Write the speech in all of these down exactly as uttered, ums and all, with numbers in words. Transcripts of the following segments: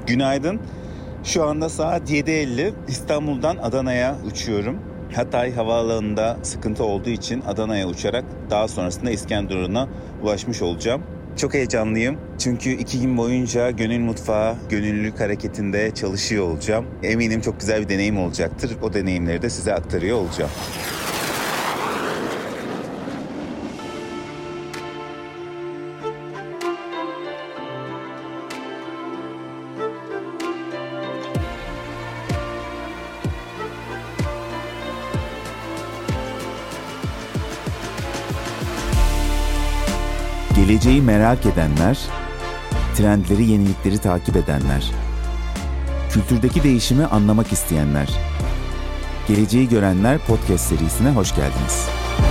Günaydın. Şu anda saat yedi elli. İstanbul'dan Adana'ya uçuyorum. Hatay Havaalanı'nda sıkıntı olduğu için Adana'ya uçarak daha sonrasında İskenderun'a ulaşmış olacağım. Çok heyecanlıyım. Çünkü iki gün boyunca Gönül Mutfağı, Gönüllülük Hareketi'nde çalışıyor olacağım. Eminim çok güzel bir deneyim olacaktır. O deneyimleri de size aktarıyor olacağım. Geleceği merak edenler, trendleri, yenilikleri takip edenler, kültürdeki değişimi anlamak isteyenler, Geleceği Görenler podcast serisine hoş geldiniz.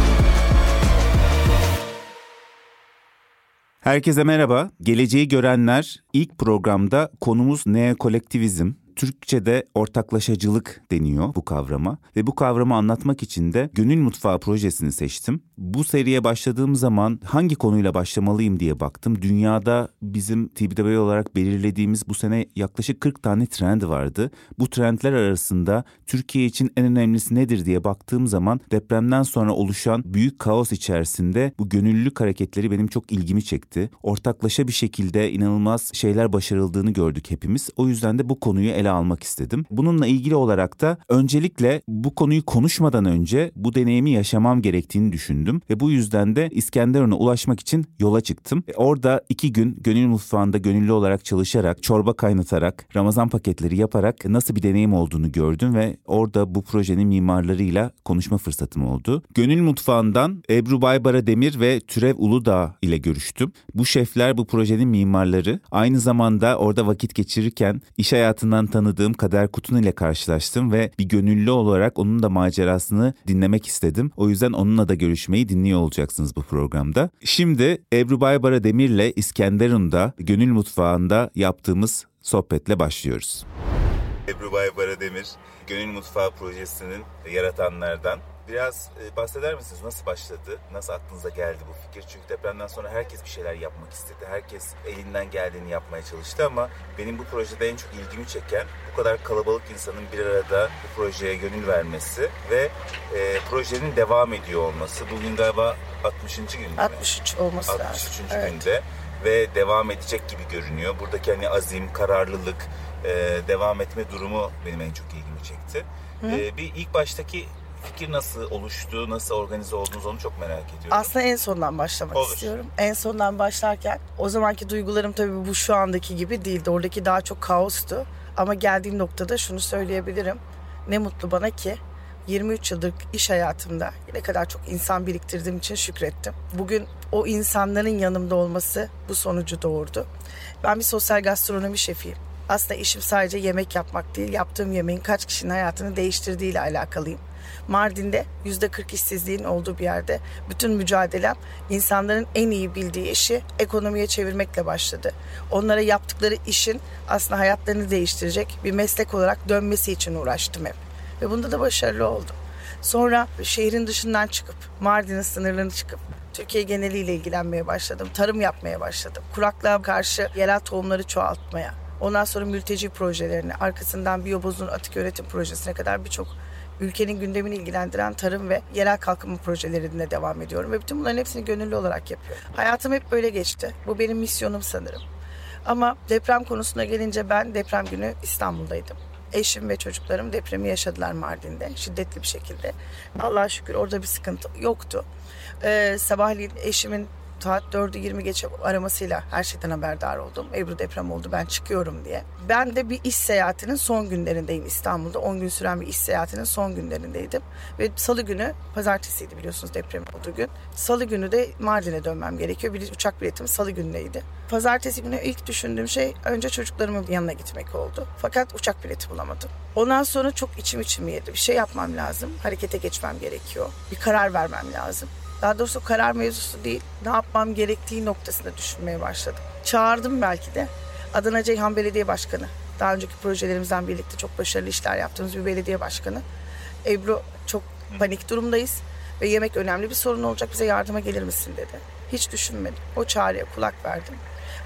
Herkese merhaba. Geleceği Görenler ilk programda konumuz neokolektivizm. Türkçe'de ortaklaşacılık deniyor bu kavrama ve bu kavramı anlatmak için de Gönül Mutfağı projesini seçtim. Bu seriye başladığım zaman hangi konuyla başlamalıyım diye baktım. Dünyada bizim T B W olarak belirlediğimiz bu sene yaklaşık kırk tane trend vardı. Bu trendler arasında Türkiye için en önemlisi nedir diye baktığım zaman depremden sonra oluşan büyük kaos içerisinde bu gönüllülük hareketleri benim çok ilgimi çekti. Ortaklaşa bir şekilde inanılmaz şeyler başarıldığını gördük hepimiz. O yüzden de bu konuyu ele almak istedim. Bununla ilgili olarak da öncelikle bu konuyu konuşmadan önce bu deneyimi yaşamam gerektiğini düşündüm ve bu yüzden de İskenderun'a ulaşmak için yola çıktım. E orada iki gün Gönül Mutfağı'nda gönüllü olarak çalışarak, çorba kaynatarak, Ramazan paketleri yaparak nasıl bir deneyim olduğunu gördüm ve orada bu projenin mimarlarıyla konuşma fırsatım oldu. Gönül Mutfağı'ndan Ebru Baybara Demir ve Türev Uludağ ile görüştüm. Bu şefler bu projenin mimarları. Aynı zamanda orada vakit geçirirken iş hayatından tanıdığım Kader Kutun ile karşılaştım ve bir gönüllü olarak onun da macerasını dinlemek istedim. O yüzden onunla da görüşmeyi dinliyor olacaksınız bu programda. Şimdi Ebru Baybara Demir'le İskenderun'da Gönül Mutfağı'nda yaptığımız sohbetle başlıyoruz. Ebru Baybara Demir, Gönül Mutfağı projesinin yaratanlardan. Biraz bahseder misiniz? Nasıl başladı? Nasıl aklınıza geldi bu fikir? Çünkü depremden sonra herkes bir şeyler yapmak istedi. Herkes elinden geldiğini yapmaya çalıştı ama benim bu projede en çok ilgimi çeken bu kadar kalabalık insanın bir arada bu projeye gönül vermesi ve e, projenin devam ediyor olması. Bugün galiba altmışıncı gün mü? altmış üç olması lazım. altmış üçüncü Evet. günde ve devam edecek gibi görünüyor. Buradaki hani azim, kararlılık, e, devam etme durumu benim en çok ilgimi çekti. E, bir ilk baştaki fikir nasıl oluştu, nasıl organize oldunuz onu çok merak ediyorum. Aslında en sondan başlamak Olur. istiyorum. En sondan başlarken o zamanki duygularım tabii bu şu andaki gibi değildi. Oradaki daha çok kaostu. Ama geldiğim noktada şunu söyleyebilirim. Ne mutlu bana ki yirmi üç yıllık iş hayatımda ne kadar çok insan biriktirdiğim için şükrettim. Bugün o insanların yanımda olması bu sonucu doğurdu. Ben bir sosyal gastronomi şefiyim. Aslında işim sadece yemek yapmak değil, yaptığım yemeğin kaç kişinin hayatını değiştirdiğiyle alakalıyım. Mardin'de yüzde kırk işsizliğin olduğu bir yerde bütün mücadelem insanların en iyi bildiği işi ekonomiye çevirmekle başladı. Onlara yaptıkları işin aslında hayatlarını değiştirecek bir meslek olarak dönmesi için uğraştım hep. Ve bunda da başarılı oldum. Sonra şehrin dışından çıkıp, Mardin'in sınırlarını çıkıp Türkiye geneliyle ilgilenmeye başladım. Tarım yapmaya başladım. Kuraklığa karşı yerel tohumları çoğaltmaya. Ondan sonra mülteci projelerini, arkasından Biyoboz'un atık üretim projesine kadar birçok ülkenin gündemini ilgilendiren tarım ve yerel kalkınma projelerine devam ediyorum. Ve bütün bunların hepsini gönüllü olarak yapıyorum. Hayatım hep böyle geçti. Bu benim misyonum sanırım. Ama deprem konusuna gelince ben deprem günü İstanbul'daydım. Eşim ve çocuklarım depremi yaşadılar Mardin'de şiddetli bir şekilde. Allah'a şükür orada bir sıkıntı yoktu. Ee, sabahleyin eşimin saat dördü yirmi geçe aramasıyla her şeyden haberdar oldum. Ebru deprem oldu, ben çıkıyorum diye. Ben de bir iş seyahatinin son günlerindeyim İstanbul'da. on gün süren bir iş seyahatinin son günlerindeydim. Ve salı günü, pazartesiydi biliyorsunuz deprem olduğu gün. Salı günü de Mardin'e dönmem gerekiyor. Bir uçak biletim salı günündeydi. Pazartesi günü ilk düşündüğüm şey önce çocuklarımın yanına gitmek oldu. Fakat uçak bileti bulamadım. Ondan sonra çok içim içimi yedi. Bir şey yapmam lazım. Harekete geçmem gerekiyor. Bir karar vermem lazım. Daha doğrusu karar mevzusu değil, ne yapmam gerektiği noktasında düşünmeye başladım. Çağırdım belki de Adana Ceyhan Belediye Başkanı. Daha önceki projelerimizden birlikte çok başarılı işler yaptığımız bir belediye başkanı. Ebru, çok panik durumdayız ve yemek önemli bir sorun olacak, bize yardıma gelir misin dedi. Hiç düşünmedim. O çağrıya kulak verdim.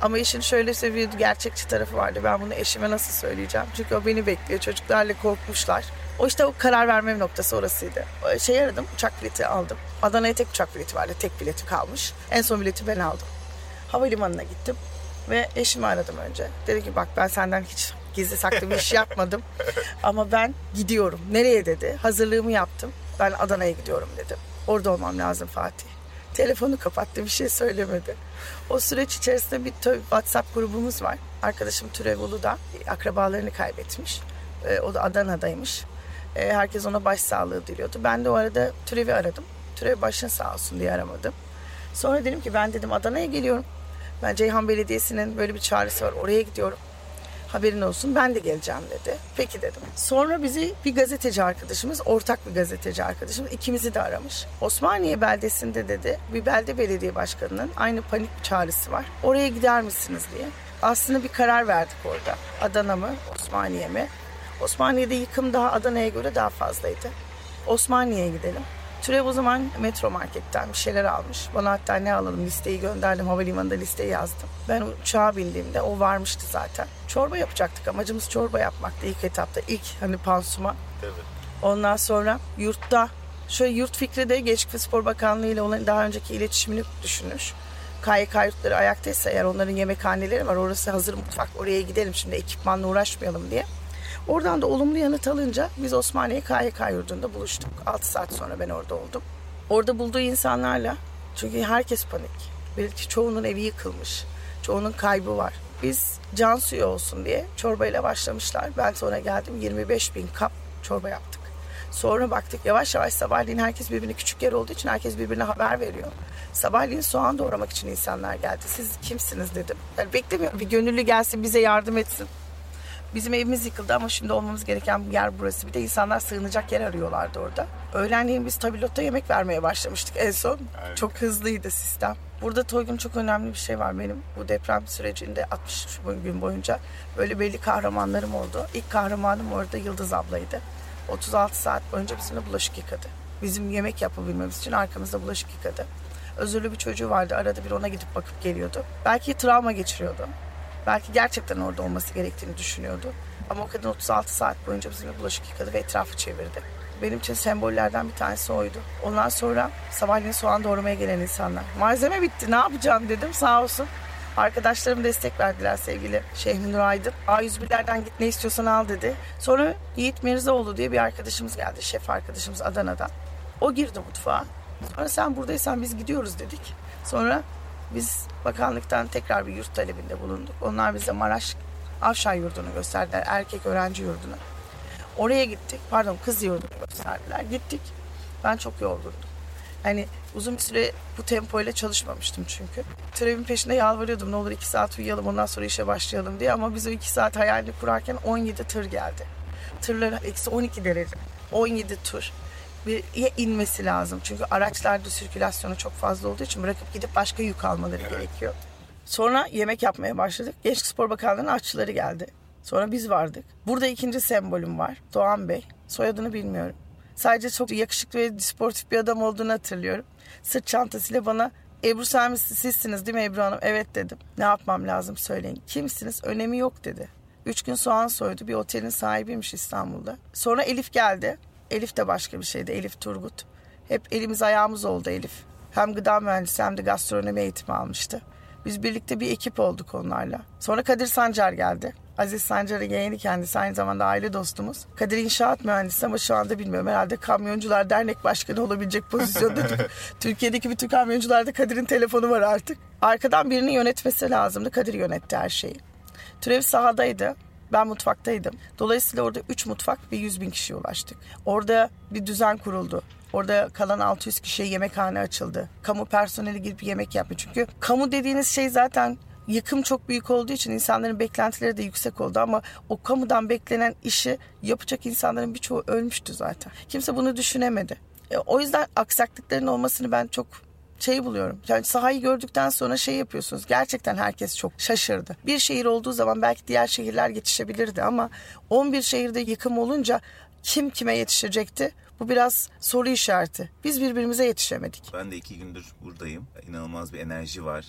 Ama işin şöyle bir gerçekçi tarafı vardı. Ben bunu eşime nasıl söyleyeceğim? Çünkü o beni bekliyor. Çocuklarla korkmuşlar. O işte o karar vermem noktası orasıydı. Şey aradım, uçak bileti aldım. Adana'ya tek uçak bileti vardı. Tek bileti kalmış. En son bileti ben aldım. Havalimanına gittim. Ve eşimi aradım önce. Dedi ki bak ben senden hiç gizli saklı bir iş yapmadım. Ama ben gidiyorum. Nereye dedi. Hazırlığımı yaptım. Ben Adana'ya gidiyorum dedim. Orada olmam lazım Fatih. Telefonu kapattı, bir şey söylemedi. O süreç içerisinde bir WhatsApp grubumuz var. Arkadaşım Türev Uludağ akrabalarını kaybetmiş. E, o da Adana'daymış. E, herkes ona başsağlığı diliyordu. Ben de o arada Türev'i aradım. Türev başın sağ olsun diye aramadım. Sonra dedim ki ben dedim Adana'ya geliyorum. Ben Ceyhan Belediyesi'nin böyle bir çağrısı var. Oraya gidiyorum. Haberin olsun ben de geleceğim dedi. Peki dedim. Sonra bizi bir gazeteci arkadaşımız, ortak bir gazeteci arkadaşımız ikimizi de aramış. Osmaniye beldesinde dedi bir belde belediye başkanının aynı panik çağrısı var. Oraya gider misiniz diye. Aslında bir karar verdik orada. Adana mı, Osmaniye mi? Osmaniye'de yıkım daha Adana'ya göre daha fazlaydı. Osmaniye'ye gidelim. Türev o zaman Metro Market'ten bir şeyler almış. Bana hatta ne alalım listeyi gönderdim. Havalimanında listeyi yazdım. Ben uçağa bindiğimde o varmıştı zaten. Çorba yapacaktık. Amacımız çorba yapmaktı ilk etapta. İlk hani pansuma. Evet. Ondan sonra yurtta şöyle yurt fikri de Gençlik ve Spor Bakanlığı ile olan daha önceki iletişimini düşünmüş. K Y K yurtları ayaktaysa eğer onların yemekhaneleri var. Orası hazır mutfak. Oraya gidelim şimdi ekipmanla uğraşmayalım diye. Oradan da olumlu yanıt alınca biz Osmaniye K Y K yurdunda buluştuk. altı saat sonra ben orada oldum. Orada bulduğu insanlarla, çünkü herkes panik. Belki çoğunun evi yıkılmış. Çoğunun kaybı var. Biz can suyu olsun diye çorbayla başlamışlar. Ben sonra geldim yirmi beş bin kap çorba yaptık. Sonra baktık yavaş yavaş sabahleyin herkes birbirine küçük yer olduğu için herkes birbirine haber veriyor. Sabahleyin soğan doğramak için insanlar geldi. Siz kimsiniz dedim. Yani beklemiyorum bir gönüllü gelsin bize yardım etsin. Bizim evimiz yıkıldı ama şimdi olmamız gereken bir yer burası. Bir de insanlar sığınacak yer arıyorlardı orada. Öğlenleyin biz tabilotta yemek vermeye başlamıştık en son. Evet. Çok hızlıydı sistem. Burada Toygun çok önemli bir şey var benim. Bu deprem sürecinde altmış gün boyunca böyle belli kahramanlarım oldu. İlk kahramanım orada Yıldız ablaydı. otuz altı saat boyunca bizimle bulaşık yıkadı. Bizim yemek yapabilmemiz için arkamızda bulaşık yıkadı. Özürlü bir çocuğu vardı. Arada bir ona gidip bakıp geliyordu. Belki travma geçiriyordu. Belki gerçekten orada olması gerektiğini düşünüyordu. Ama o kadın otuz altı saat boyunca bizimle bulaşık yıkadı ve etrafı çevirdi. Benim için sembollerden bir tanesi oydu. Ondan sonra sabahleyin soğan doğramaya gelen insanlar. Malzeme bitti ne yapacağım dedim sağ olsun. Arkadaşlarım destek verdiler sevgili Şehmi Nur Aydın. A yüz birlerden git ne istiyorsan al dedi. Sonra Yiğit Mirzaoğlu diye bir arkadaşımız geldi. Şef arkadaşımız Adana'dan. O girdi mutfağa. Sonra sen buradaysan biz gidiyoruz dedik. Sonra biz bakanlıktan tekrar bir yurt talebinde bulunduk. Onlar bize Maraş Avşar yurdunu gösterdiler. Erkek öğrenci yurdunu. Oraya gittik. Pardon kız yurdunu gösterdiler. Gittik. Ben çok yorgundum. Hani uzun bir süre bu tempoyla çalışmamıştım çünkü. Türevin peşinde yalvarıyordum. Ne olur iki saat uyuyalım ondan sonra işe başlayalım diye. Ama biz o iki saat hayalini kurarken on yedi tır geldi. Tırlar eksi on iki derece. on yedi tır. Bir inmesi lazım. Çünkü araçlarda sirkülasyonu çok fazla olduğu için bırakıp gidip başka yük almaları gerekiyor. Sonra yemek yapmaya başladık. Gençlik Spor Bakanlığı'nın aşçıları geldi. Sonra biz vardık. Burada ikinci sembolüm var. Doğan Bey. Soyadını bilmiyorum. Sadece çok yakışıklı ve sportif bir adam olduğunu hatırlıyorum. Sırt çantasıyla bana Ebru sen sizsiniz değil mi Ebru Hanım? Evet dedim. Ne yapmam lazım söyleyin. Kimsiniz? Önemi yok dedi. Üç gün soğan soydu. Bir otelin sahibiymiş İstanbul'da. Sonra Elif geldi. Elif de başka bir şeydi. Elif Turgut. Hep elimiz ayağımız oldu Elif. Hem gıda mühendisi hem de gastronomi eğitimi almıştı. Biz birlikte bir ekip olduk onlarla. Sonra Kadir Sancar geldi. Aziz Sancar'ın yeğeni kendisi aynı zamanda aile dostumuz. Kadir inşaat mühendisi ama şu anda bilmiyorum herhalde Kamyoncular Dernek Başkanı olabilecek pozisyonda. Türkiye'deki bütün kamyoncularda Kadir'in telefonu var artık. Arkadan birini yönetmesi lazımdı. Kadir yönetti her şeyi. Türev sahadaydı. Ben mutfaktaydım. Dolayısıyla orada üç mutfak ve yüz bin kişiye ulaştık. Orada bir düzen kuruldu. Orada kalan altı yüz kişiye yemekhane açıldı. Kamu personeli girip yemek yapıyor. Çünkü kamu dediğiniz şey zaten yıkım çok büyük olduğu için insanların beklentileri de yüksek oldu. Ama o kamudan beklenen işi yapacak insanların birçoğu ölmüştü zaten. Kimse bunu düşünemedi. E, o yüzden aksaklıkların olmasını ben çok şey buluyorum. Yani sahayı gördükten sonra şey yapıyorsunuz. Gerçekten herkes çok şaşırdı. Bir şehir olduğu zaman belki diğer şehirler yetişebilirdi ama on bir şehirde yıkım olunca kim kime yetişecekti? Bu biraz soru işareti. Biz birbirimize yetişemedik. Ben de iki gündür buradayım. İnanılmaz bir enerji var.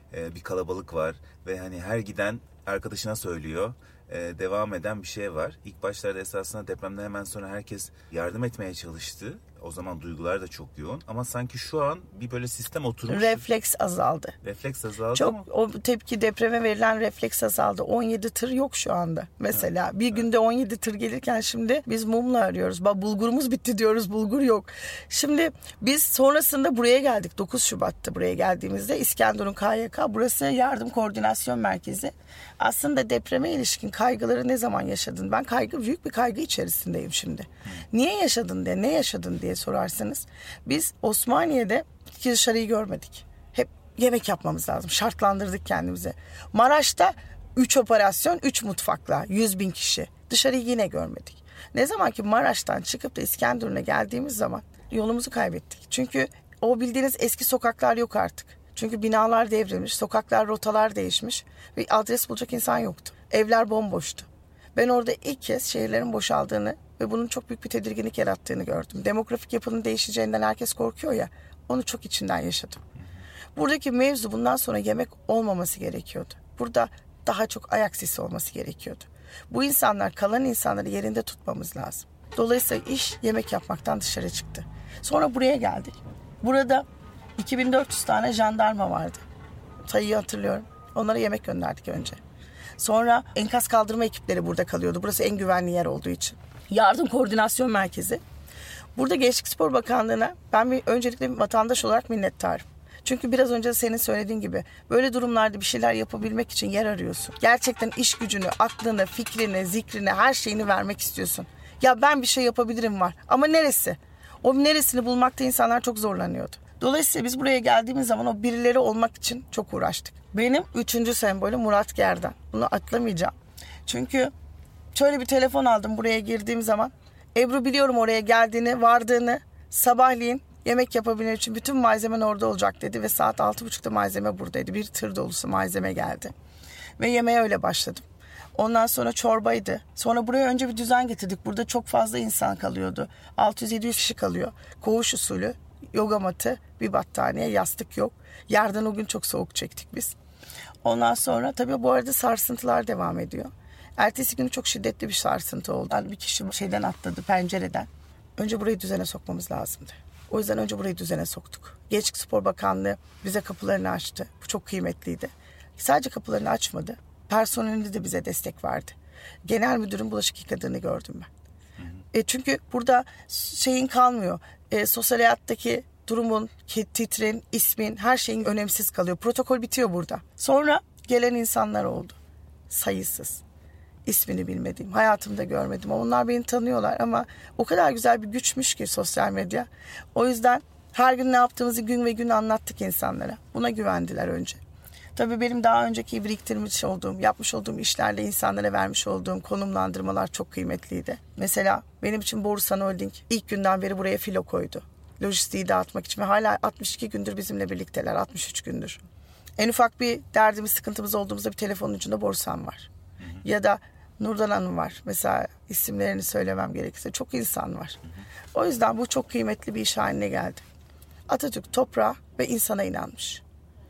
e, bir kalabalık var ve hani her giden arkadaşına söylüyor. Ee, devam eden bir şey var. İlk başlarda esasında depremden hemen sonra herkes yardım etmeye çalıştı. O zaman duygular da çok yoğun. Ama sanki şu an bir böyle sistem oturmuş. Refleks azaldı. Refleks azaldı çok, ama. O tepki, depreme verilen refleks azaldı. on yedi tır yok şu anda. Mesela evet, bir evet. günde on yedi tır gelirken şimdi biz mumla arıyoruz. Bulgurumuz bitti diyoruz, bulgur yok. Şimdi biz sonrasında buraya geldik. dokuz Şubat'ta buraya geldiğimizde İskenderun K Y K, burası Yardım Koordinasyon Merkezi. Aslında depreme ilişkin kaygıları ne zaman yaşadın? Ben kaygı büyük bir kaygı içerisindeyim şimdi. Hmm. Niye yaşadın diye, ne yaşadın diye sorarsanız, biz Osmaniye'de dışarıyı görmedik. Hep yemek yapmamız lazım. Şartlandırdık kendimize. Maraş'ta üç operasyon, üç mutfakla yüz bin kişi. Dışarıyı yine görmedik. Ne zaman ki Maraş'tan çıkıp da İskenderun'a geldiğimiz zaman yolumuzu kaybettik. Çünkü o bildiğiniz eski sokaklar yok artık. Çünkü binalar devrilmiş, sokaklar, rotalar değişmiş ve adres bulacak insan yoktu. Evler bomboştu. Ben orada ilk kez şehirlerin boşaldığını ve bunun çok büyük bir tedirginlik yarattığını gördüm. Demografik yapının değişeceğinden herkes korkuyor ya, onu çok içinden yaşadım. Buradaki mevzu bundan sonra yemek olmaması gerekiyordu. Burada daha çok ayak sesi olması gerekiyordu. Bu insanlar, kalan insanları yerinde tutmamız lazım. Dolayısıyla iş yemek yapmaktan dışarı çıktı. Sonra buraya geldik. Burada iki bin dört yüz tane jandarma vardı. Sayıyı hatırlıyorum. Onlara yemek gönderdik önce. Sonra enkaz kaldırma ekipleri burada kalıyordu. Burası en güvenli yer olduğu için. Yardım Koordinasyon Merkezi. Burada Gençlik Spor Bakanlığı'na ben bir, öncelikle bir vatandaş olarak minnettarım. Çünkü biraz önce senin söylediğin gibi böyle durumlarda bir şeyler yapabilmek için yer arıyorsun. Gerçekten iş gücünü, aklını, fikrini, zikrini, her şeyini vermek istiyorsun. Ya ben bir şey yapabilirim var ama neresi? O neresini bulmakta insanlar çok zorlanıyordu. Dolayısıyla biz buraya geldiğimiz zaman o birileri olmak için çok uğraştık. Benim üçüncü sembolüm Murat Gerdan. Bunu atlamayacağım. Çünkü şöyle bir telefon aldım buraya girdiğim zaman. Ebru, biliyorum oraya geldiğini, vardığını, sabahleyin yemek yapabilmek için bütün malzemen orada olacak dedi. Ve saat altı buçukta malzeme buradaydı. Bir tır dolusu malzeme geldi. Ve yemeğe öyle başladım. Ondan sonra çorbaydı. Sonra buraya önce bir düzen getirdik. Burada çok fazla insan kalıyordu. altı yüz yedi yüz kişi kalıyor. Koğuş usulü. Yoga matı, bir battaniye, yastık yok. Yerden o gün çok soğuk çektik biz. Ondan sonra tabii bu arada sarsıntılar devam ediyor. Ertesi gün çok şiddetli bir sarsıntı oldu. Yani bir kişi şeyden atladı, pencereden. Önce burayı düzene sokmamız lazımdı. O yüzden önce burayı düzene soktuk. Gençlik Spor Bakanlığı bize kapılarını açtı. Bu çok kıymetliydi. Sadece kapılarını açmadı. Personelinde de bize destek verdi. Genel müdürün bulaşık yıkadığını gördüm ben. E çünkü burada şeyin kalmıyor. E, sosyal hayattaki durumun, titrin, ismin, her şeyin önemsiz kalıyor. Protokol bitiyor burada. Sonra gelen insanlar oldu. Sayısız. İsmini bilmediğim, hayatımda görmedim. Onlar beni tanıyorlar ama o kadar güzel bir güçmüş ki sosyal medya. O yüzden her gün ne yaptığımızı gün ve gün anlattık insanlara. Buna güvendiler önce. Tabii benim daha önceki biriktirmiş olduğum, yapmış olduğum işlerle insanlara vermiş olduğum konumlandırmalar çok kıymetliydi. Mesela benim için Borusan Holding ilk günden beri buraya filo koydu. Lojistiği dağıtmak için ve hala altmış iki gündür bizimle birlikteler, altmış üç gündür. En ufak bir derdimiz, sıkıntımız olduğumuzda bir telefonun ucunda Borusan var. Hı hı. Ya da Nurdan Hanım var. Mesela isimlerini söylemem gerekirse çok insan var. Hı hı. O yüzden bu çok kıymetli bir iş haline geldi. Atatürk toprağa ve insana inanmış.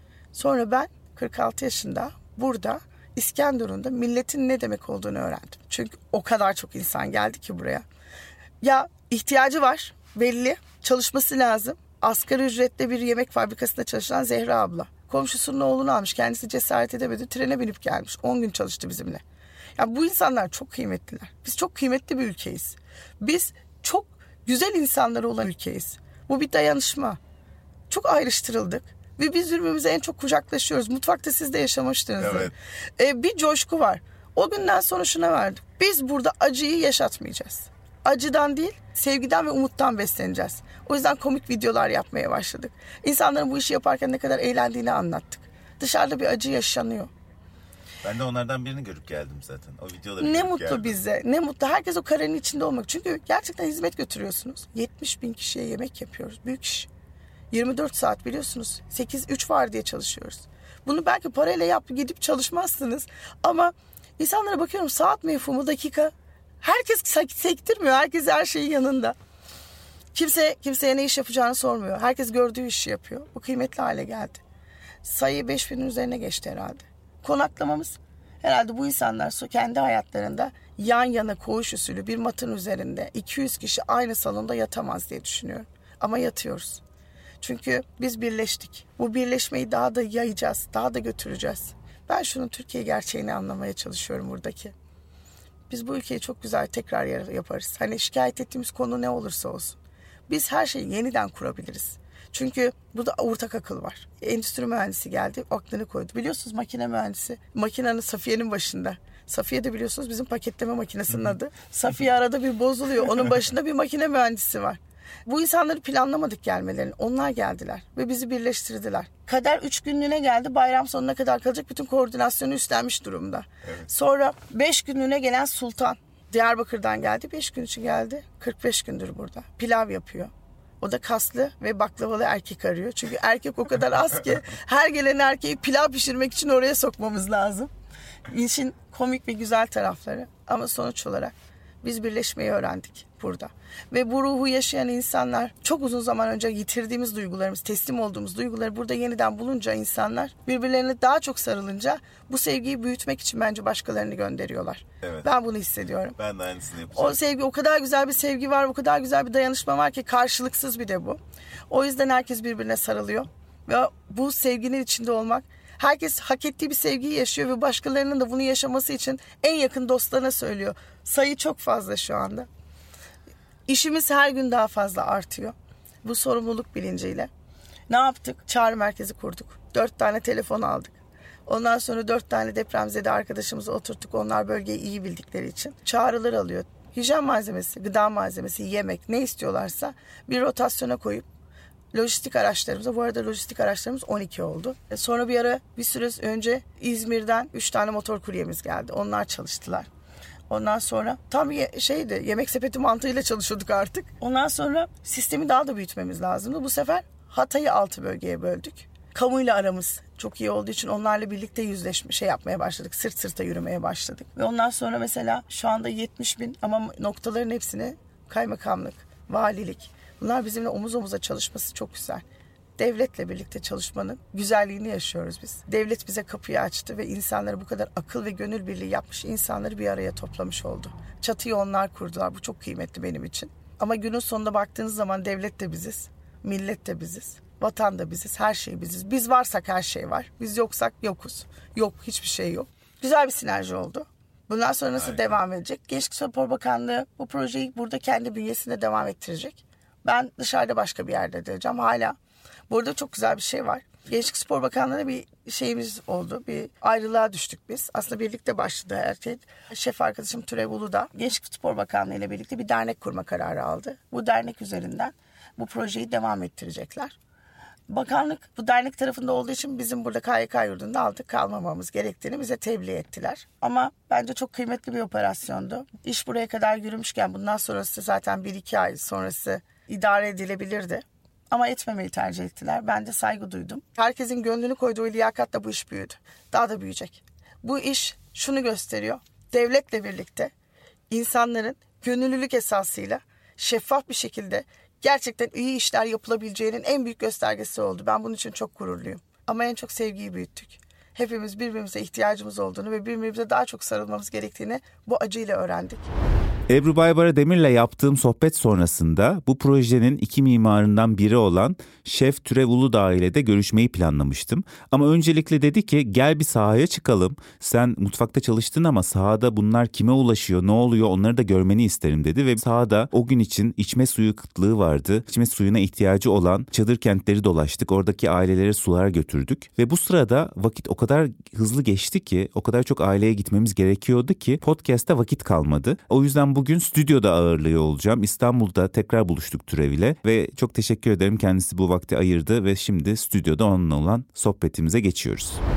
Sonra ben kırk altı yaşında burada İskenderun'da milletin ne demek olduğunu öğrendim. Çünkü o kadar çok insan geldi ki buraya. Ya ihtiyacı var belli, çalışması lazım. Asgari ücretle bir yemek fabrikasında çalışan Zehra abla. Komşusunun oğlunu almış, kendisi cesaret edemedi, trene binip gelmiş. on gün çalıştı bizimle. Ya bu insanlar çok kıymetliler. Biz çok kıymetli bir ülkeyiz. Biz çok güzel insanları olan ülkeyiz. Bu bir dayanışma. Çok ayrıştırıldık. Ve biz birbirimize en çok kucaklaşıyoruz. Mutfakta siz de yaşamıştınız. Evet. Ee, bir coşku var. O günden sonra şuna verdim. Biz burada acıyı yaşatmayacağız. Acıdan değil, sevgiden ve umuttan besleneceğiz. O yüzden komik videolar yapmaya başladık. İnsanların bu işi yaparken ne kadar eğlendiğini anlattık. Dışarıda bir acı yaşanıyor. Ben de onlardan birini görüp geldim zaten. O videoları ne görüp mutlu geldim. bize. Ne mutlu. Herkes o karenin içinde olmak. Çünkü gerçekten hizmet götürüyorsunuz. yetmiş bin kişiye yemek yapıyoruz. Büyük iş. yirmi dört saat biliyorsunuz. sekiz üç var diye çalışıyoruz. Bunu belki parayla yap, gidip çalışmazsınız. Ama insanlara bakıyorum, saat mefhumu, dakika. Herkes sektirmiyor. Herkes her şeyin yanında. Kimse kimseye ne iş yapacağını sormuyor. Herkes gördüğü işi yapıyor. Bu kıymetli hale geldi. sayı beş binin üzerine geçti herhalde. Konaklamamız herhalde bu insanlar kendi hayatlarında yan yana koğuş usulü bir matın üzerinde iki yüz kişi aynı salonda yatamaz diye düşünüyorum. Ama yatıyoruz. Çünkü biz birleştik. Bu birleşmeyi daha da yayacağız, daha da götüreceğiz. Ben şunun Türkiye gerçeğini anlamaya çalışıyorum buradaki. Biz bu ülkeyi çok güzel tekrar yaparız. Hani şikayet ettiğimiz konu ne olursa olsun. Biz her şeyi yeniden kurabiliriz. Çünkü burada ortak akıl var. Endüstri mühendisi geldi, aklını koydu. Biliyorsunuz makine mühendisi, makinenin Safiye'nin başında. Safiye de biliyorsunuz bizim paketleme makinesinin adı. Safiye arada bir bozuluyor. Onun başında bir makine mühendisi var. Bu insanları planlamadık gelmelerini. Onlar geldiler ve bizi birleştirdiler. Kader üç günlüğüne geldi. Bayram sonuna kadar kalacak bütün koordinasyonu üstlenmiş durumda. Evet. Sonra beş günlüğüne gelen Sultan. Diyarbakır'dan geldi. beş gün için geldi. kırk beş gündür burada. Pilav yapıyor. O da kaslı ve baklavalı erkek arıyor. Çünkü erkek o kadar az ki her gelen erkeği pilav pişirmek için oraya sokmamız lazım. İşin komik ve güzel tarafları. Ama sonuç olarak biz birleşmeyi öğrendik burada. Ve bu ruhu yaşayan insanlar, çok uzun zaman önce yitirdiğimiz duygularımız, teslim olduğumuz duyguları burada yeniden bulunca insanlar birbirlerine daha çok sarılınca bu sevgiyi büyütmek için bence başkalarını gönderiyorlar. Evet. Ben bunu hissediyorum. Ben de aynısını yapacağım. O sevgi, o kadar güzel bir sevgi var, o kadar güzel bir dayanışma var ki karşılıksız bir de bu. O yüzden herkes birbirine sarılıyor. Ve bu sevginin içinde olmak, herkes hak ettiği bir sevgiyi yaşıyor ve başkalarının da bunu yaşaması için en yakın dostlarına söylüyor. Sayı çok fazla şu anda. İşimiz her gün daha fazla artıyor. Bu sorumluluk bilinciyle. Ne yaptık? Çağrı merkezi kurduk. Dört tane telefon aldık. Ondan sonra dört tane depremzede arkadaşımızı oturttuk. Onlar bölgeyi iyi bildikleri için. Çağrılar alıyor. Hijyen malzemesi, gıda malzemesi, yemek ne istiyorlarsa bir rotasyona koyup lojistik araçlarımıza, bu arada lojistik araçlarımız on iki oldu. Sonra bir ara bir süre önce İzmir'den üç tane motor kuryemiz geldi. Onlar çalıştılar. Ondan sonra tam ye- şeydi, yemek sepeti mantığıyla çalışıyorduk artık. Ondan sonra sistemi daha da büyütmemiz lazımdı. Bu sefer Hatay'ı altı bölgeye böldük. Kamuyla aramız çok iyi olduğu için onlarla birlikte yüzleşme şey yapmaya başladık. Sırt sırta yürümeye başladık. Ve ondan sonra mesela şu anda yetmiş bin ama noktaların hepsini kaymakamlık, valilik. Bunlar bizimle omuz omuza çalışması çok güzel. Devletle birlikte çalışmanın güzelliğini yaşıyoruz biz. Devlet bize kapıyı açtı ve insanları bu kadar akıl ve gönül birliği yapmış insanları bir araya toplamış oldu. Çatıyı onlar kurdular. Bu çok kıymetli benim için. Ama günün sonunda baktığınız zaman devlet de biziz, millet de biziz, vatan da biziz, her şey biziz. Biz varsak her şey var. Biz yoksak yokuz. Yok, hiçbir şey yok. Güzel bir sinerji oldu. Bundan sonra nasıl Harika. devam edecek? Gençlik Spor Bakanlığı bu projeyi burada kendi bünyesinde devam ettirecek. Ben dışarıda başka bir yerde edeceğim hala. Burada çok güzel bir şey var. Gençlik Spor Bakanlığı'na bir şeyimiz oldu. Bir ayrılığa düştük biz. Aslında birlikte başladı her şey. Şef arkadaşım Türev Uludağ Gençlik Spor Bakanlığı ile birlikte bir dernek kurma kararı aldı. Bu dernek üzerinden bu projeyi devam ettirecekler. Bakanlık bu dernek tarafında olduğu için bizim burada K Y K yurdunda aldık kalmamamız gerektiğini bize tebliğ ettiler. Ama bence çok kıymetli bir operasyondu. İş buraya kadar yürümüşken bundan sonrası zaten bir iki ay sonrası idare edilebilirdi. Ama etmemeyi tercih ettiler. Ben de saygı duydum. Herkesin gönlünü koyduğu liyakatla bu iş büyüdü. Daha da büyüyecek. Bu iş şunu gösteriyor. Devletle birlikte insanların gönüllülük esasıyla şeffaf bir şekilde gerçekten iyi işler yapılabileceğinin en büyük göstergesi oldu. Ben bunun için çok gururluyum. Ama en çok sevgiyi büyüttük. Hepimiz birbirimize ihtiyacımız olduğunu ve birbirimize daha çok sarılmamız gerektiğini bu acıyla öğrendik. Ebru Baybara Demir'le yaptığım sohbet sonrasında bu projenin iki mimarından biri olan Şef Türev Uludağ ile de görüşmeyi planlamıştım. Ama öncelikle dedi ki gel bir sahaya çıkalım. Sen mutfakta çalıştın ama sahada bunlar kime ulaşıyor, ne oluyor onları da görmeni isterim dedi. Ve sahada o gün için içme suyu kıtlığı vardı. İçme suyuna ihtiyacı olan çadır kentleri dolaştık. Oradaki ailelere sular götürdük. Ve bu sırada vakit o kadar hızlı geçti ki, o kadar çok aileye gitmemiz gerekiyordu ki podcast'ta vakit kalmadı. O yüzden bugün stüdyoda ağırlıyor olacağım. İstanbul'da tekrar buluştuk Türev ile ve çok teşekkür ederim. Kendisi bu vakti ayırdı ve şimdi stüdyoda onunla olan sohbetimize geçiyoruz.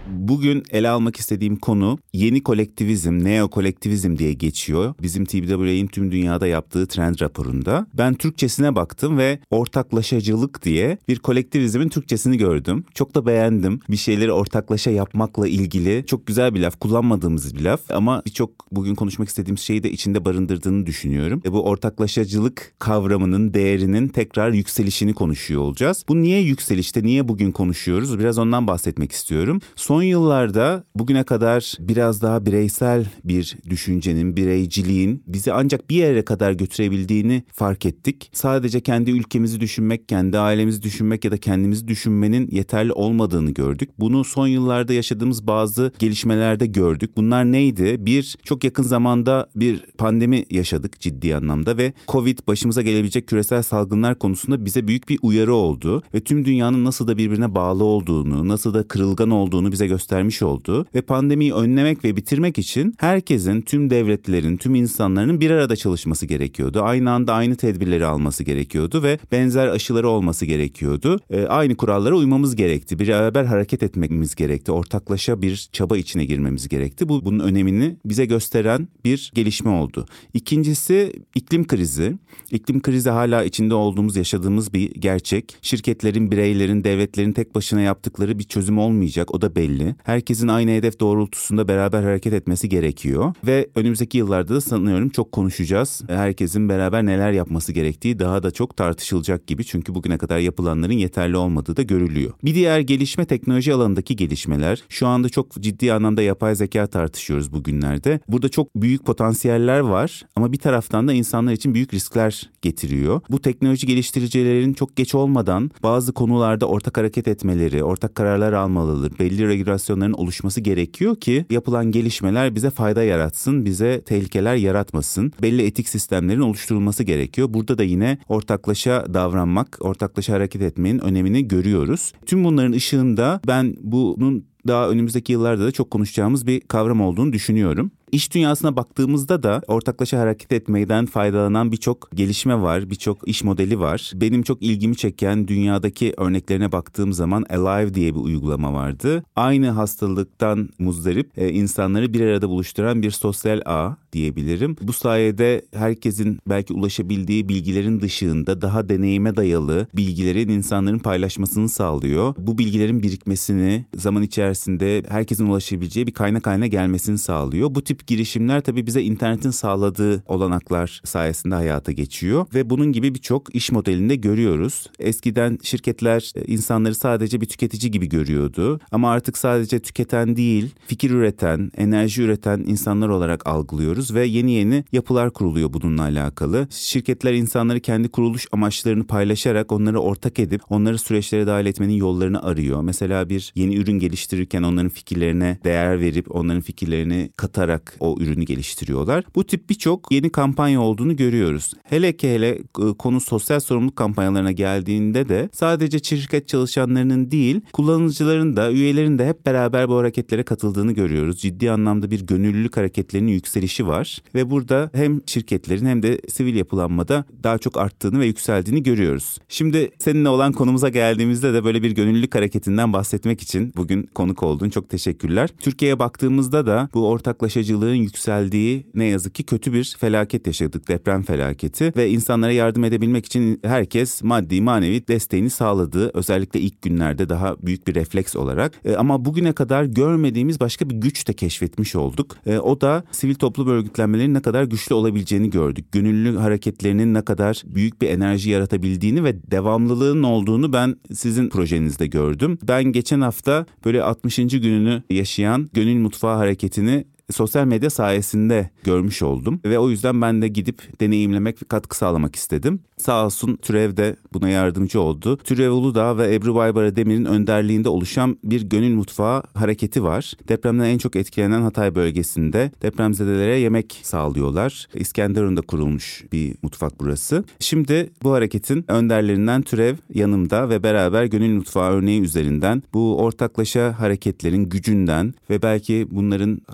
Bugün ele almak istediğim konu yeni kolektivizm, neokolektivizm diye geçiyor. Bizim T B W A'nin tüm dünyada yaptığı trend raporunda. Ben Türkçesine baktım ve ortaklaşacılık diye bir kolektivizmin Türkçesini gördüm. Çok da beğendim. Bir şeyleri ortaklaşa yapmakla ilgili çok güzel bir laf, kullanmadığımız bir laf ama birçok bugün konuşmak istediğim şeyi de içinde barındırdığını düşünüyorum. E bu ortaklaşacılık kavramının değerinin tekrar yükselişini konuşuyor olacağız. Bu niye yükselişte, niye bugün konuşuyoruz? Biraz ondan bahsetmek istiyorum. Son yıllarda bugüne kadar biraz daha bireysel bir düşüncenin, bireyciliğin bizi ancak bir yere kadar götürebildiğini fark ettik. Sadece kendi ülkemizi düşünmek, kendi ailemizi düşünmek ya da kendimizi düşünmenin yeterli olmadığını gördük. Bunu son yıllarda yaşadığımız bazı gelişmelerde gördük. Bunlar neydi? Bir, çok yakın zamanda bir pandemi yaşadık ciddi anlamda ve Covid başımıza gelebilecek küresel salgınlar konusunda bize büyük bir uyarı oldu ve tüm dünyanın nasıl da birbirine bağlı olduğunu, nasıl da kırılgan olduğunu bize göstermiş oldu ve pandemiyi önlemek ve bitirmek için herkesin, tüm devletlerin, tüm insanların bir arada çalışması gerekiyordu. Aynı anda aynı tedbirleri alması gerekiyordu ve benzer aşıları olması gerekiyordu. E, aynı kurallara uymamız gerekti. Beraber hareket etmemiz gerekti. Ortaklaşa bir çaba içine girmemiz gerekti. Bu bunun önemini bize gösteren bir gelişme oldu. İkincisi iklim krizi. İklim krizi hala içinde olduğumuz, yaşadığımız bir gerçek. Şirketlerin, bireylerin, devletlerin tek başına yaptıkları bir çözüm olmayacak. O da belli. Herkesin aynı hedef doğrultusunda beraber hareket etmesi gerekiyor. Ve önümüzdeki yıllarda da sanıyorum çok konuşacağız. Herkesin beraber neler yapması gerektiği daha da çok tartışılacak gibi. Çünkü bugüne kadar yapılanların yeterli olmadığı da görülüyor. Bir diğer gelişme teknoloji alanındaki gelişmeler. Şu anda çok ciddi anlamda yapay zeka tartışıyoruz bugünlerde. Burada çok büyük potansiyeller var ama bir taraftan da insanlar için büyük riskler getiriyor. Bu teknoloji geliştiricilerin çok geç olmadan bazı konularda ortak hareket etmeleri, ortak kararlar almaları, belli regülasyonların oluşması gerekiyor ki yapılan gelişmeler bize fayda yaratsın, bize tehlikeler yaratmasın. Belli etik sistemlerin oluşturulması gerekiyor. Burada da yine ortaklaşa davranmak, ortaklaşa hareket etmenin önemini görüyoruz. Tüm bunların ışığında ben bunun daha önümüzdeki yıllarda da çok konuşacağımız bir kavram olduğunu düşünüyorum. İş dünyasına baktığımızda da ortaklaşa hareket etmeden faydalanan birçok gelişme var, birçok iş modeli var. Benim çok ilgimi çeken dünyadaki örneklerine baktığım zaman Alive diye bir uygulama vardı. Aynı hastalıktan muzdarip e, insanları bir arada buluşturan bir sosyal ağ diyebilirim. Bu sayede herkesin belki ulaşabildiği bilgilerin dışında daha deneyime dayalı bilgilerin insanların paylaşmasını sağlıyor. Bu bilgilerin birikmesini, zaman içerisinde herkesin ulaşabileceği bir kaynak haline gelmesini sağlıyor. Bu tip girişimler tabii bize internetin sağladığı olanaklar sayesinde hayata geçiyor ve bunun gibi birçok iş modelinde görüyoruz. Eskiden şirketler insanları sadece bir tüketici gibi görüyordu ama artık sadece tüketen değil, fikir üreten, enerji üreten insanlar olarak algılıyoruz ve yeni yeni yapılar kuruluyor bununla alakalı. Şirketler insanları kendi kuruluş amaçlarını paylaşarak onları ortak edip onları süreçlere dahil etmenin yollarını arıyor. Mesela bir yeni ürün geliştirirken onların fikirlerine değer verip onların fikirlerini katarak o ürünü geliştiriyorlar. Bu tip birçok yeni kampanya olduğunu görüyoruz. Hele ki hele konu sosyal sorumluluk kampanyalarına geldiğinde de sadece şirket çalışanlarının değil, kullanıcıların da, üyelerin de hep beraber bu hareketlere katıldığını görüyoruz. Ciddi anlamda bir gönüllülük hareketlerinin yükselişi var ve burada hem şirketlerin hem de sivil yapılanmada daha çok arttığını ve yükseldiğini görüyoruz. Şimdi seninle olan konumuza geldiğimizde de böyle bir gönüllülük hareketinden bahsetmek için bugün konuk oldun. Çok teşekkürler. Türkiye'ye baktığımızda da bu ortaklaşacılığın yükseldiği ne yazık ki kötü bir felaket yaşadık. Deprem felaketi ve insanlara yardım edebilmek için herkes maddi manevi desteğini sağladı. Özellikle ilk günlerde daha büyük bir refleks olarak. E, ama bugüne kadar görmediğimiz başka bir güç de keşfetmiş olduk. E, o da sivil toplum örgütlenmelerinin ne kadar güçlü olabileceğini gördük. Gönüllü hareketlerinin ne kadar büyük bir enerji yaratabildiğini ve devamlılığın olduğunu ben sizin projenizde gördüm. Ben geçen hafta böyle altmışıncı gününü yaşayan Gönül Mutfağı hareketini sosyal medya sayesinde görmüş oldum ve o yüzden ben de gidip deneyimlemek ve katkı sağlamak istedim. Sağ olsun Türev de buna yardımcı oldu. Türev Uludağ ve Ebru Baybara Demir'in önderliğinde oluşan bir gönül mutfağı hareketi var. Depremden en çok etkilenen Hatay bölgesinde depremzedelere yemek sağlıyorlar. İskenderun'da kurulmuş bir mutfak burası. Şimdi bu hareketin önderlerinden Türev yanımda ve beraber gönül mutfağı örneği üzerinden bu ortaklaşa hareketlerin gücünden ve belki bunların hayata geçmesinden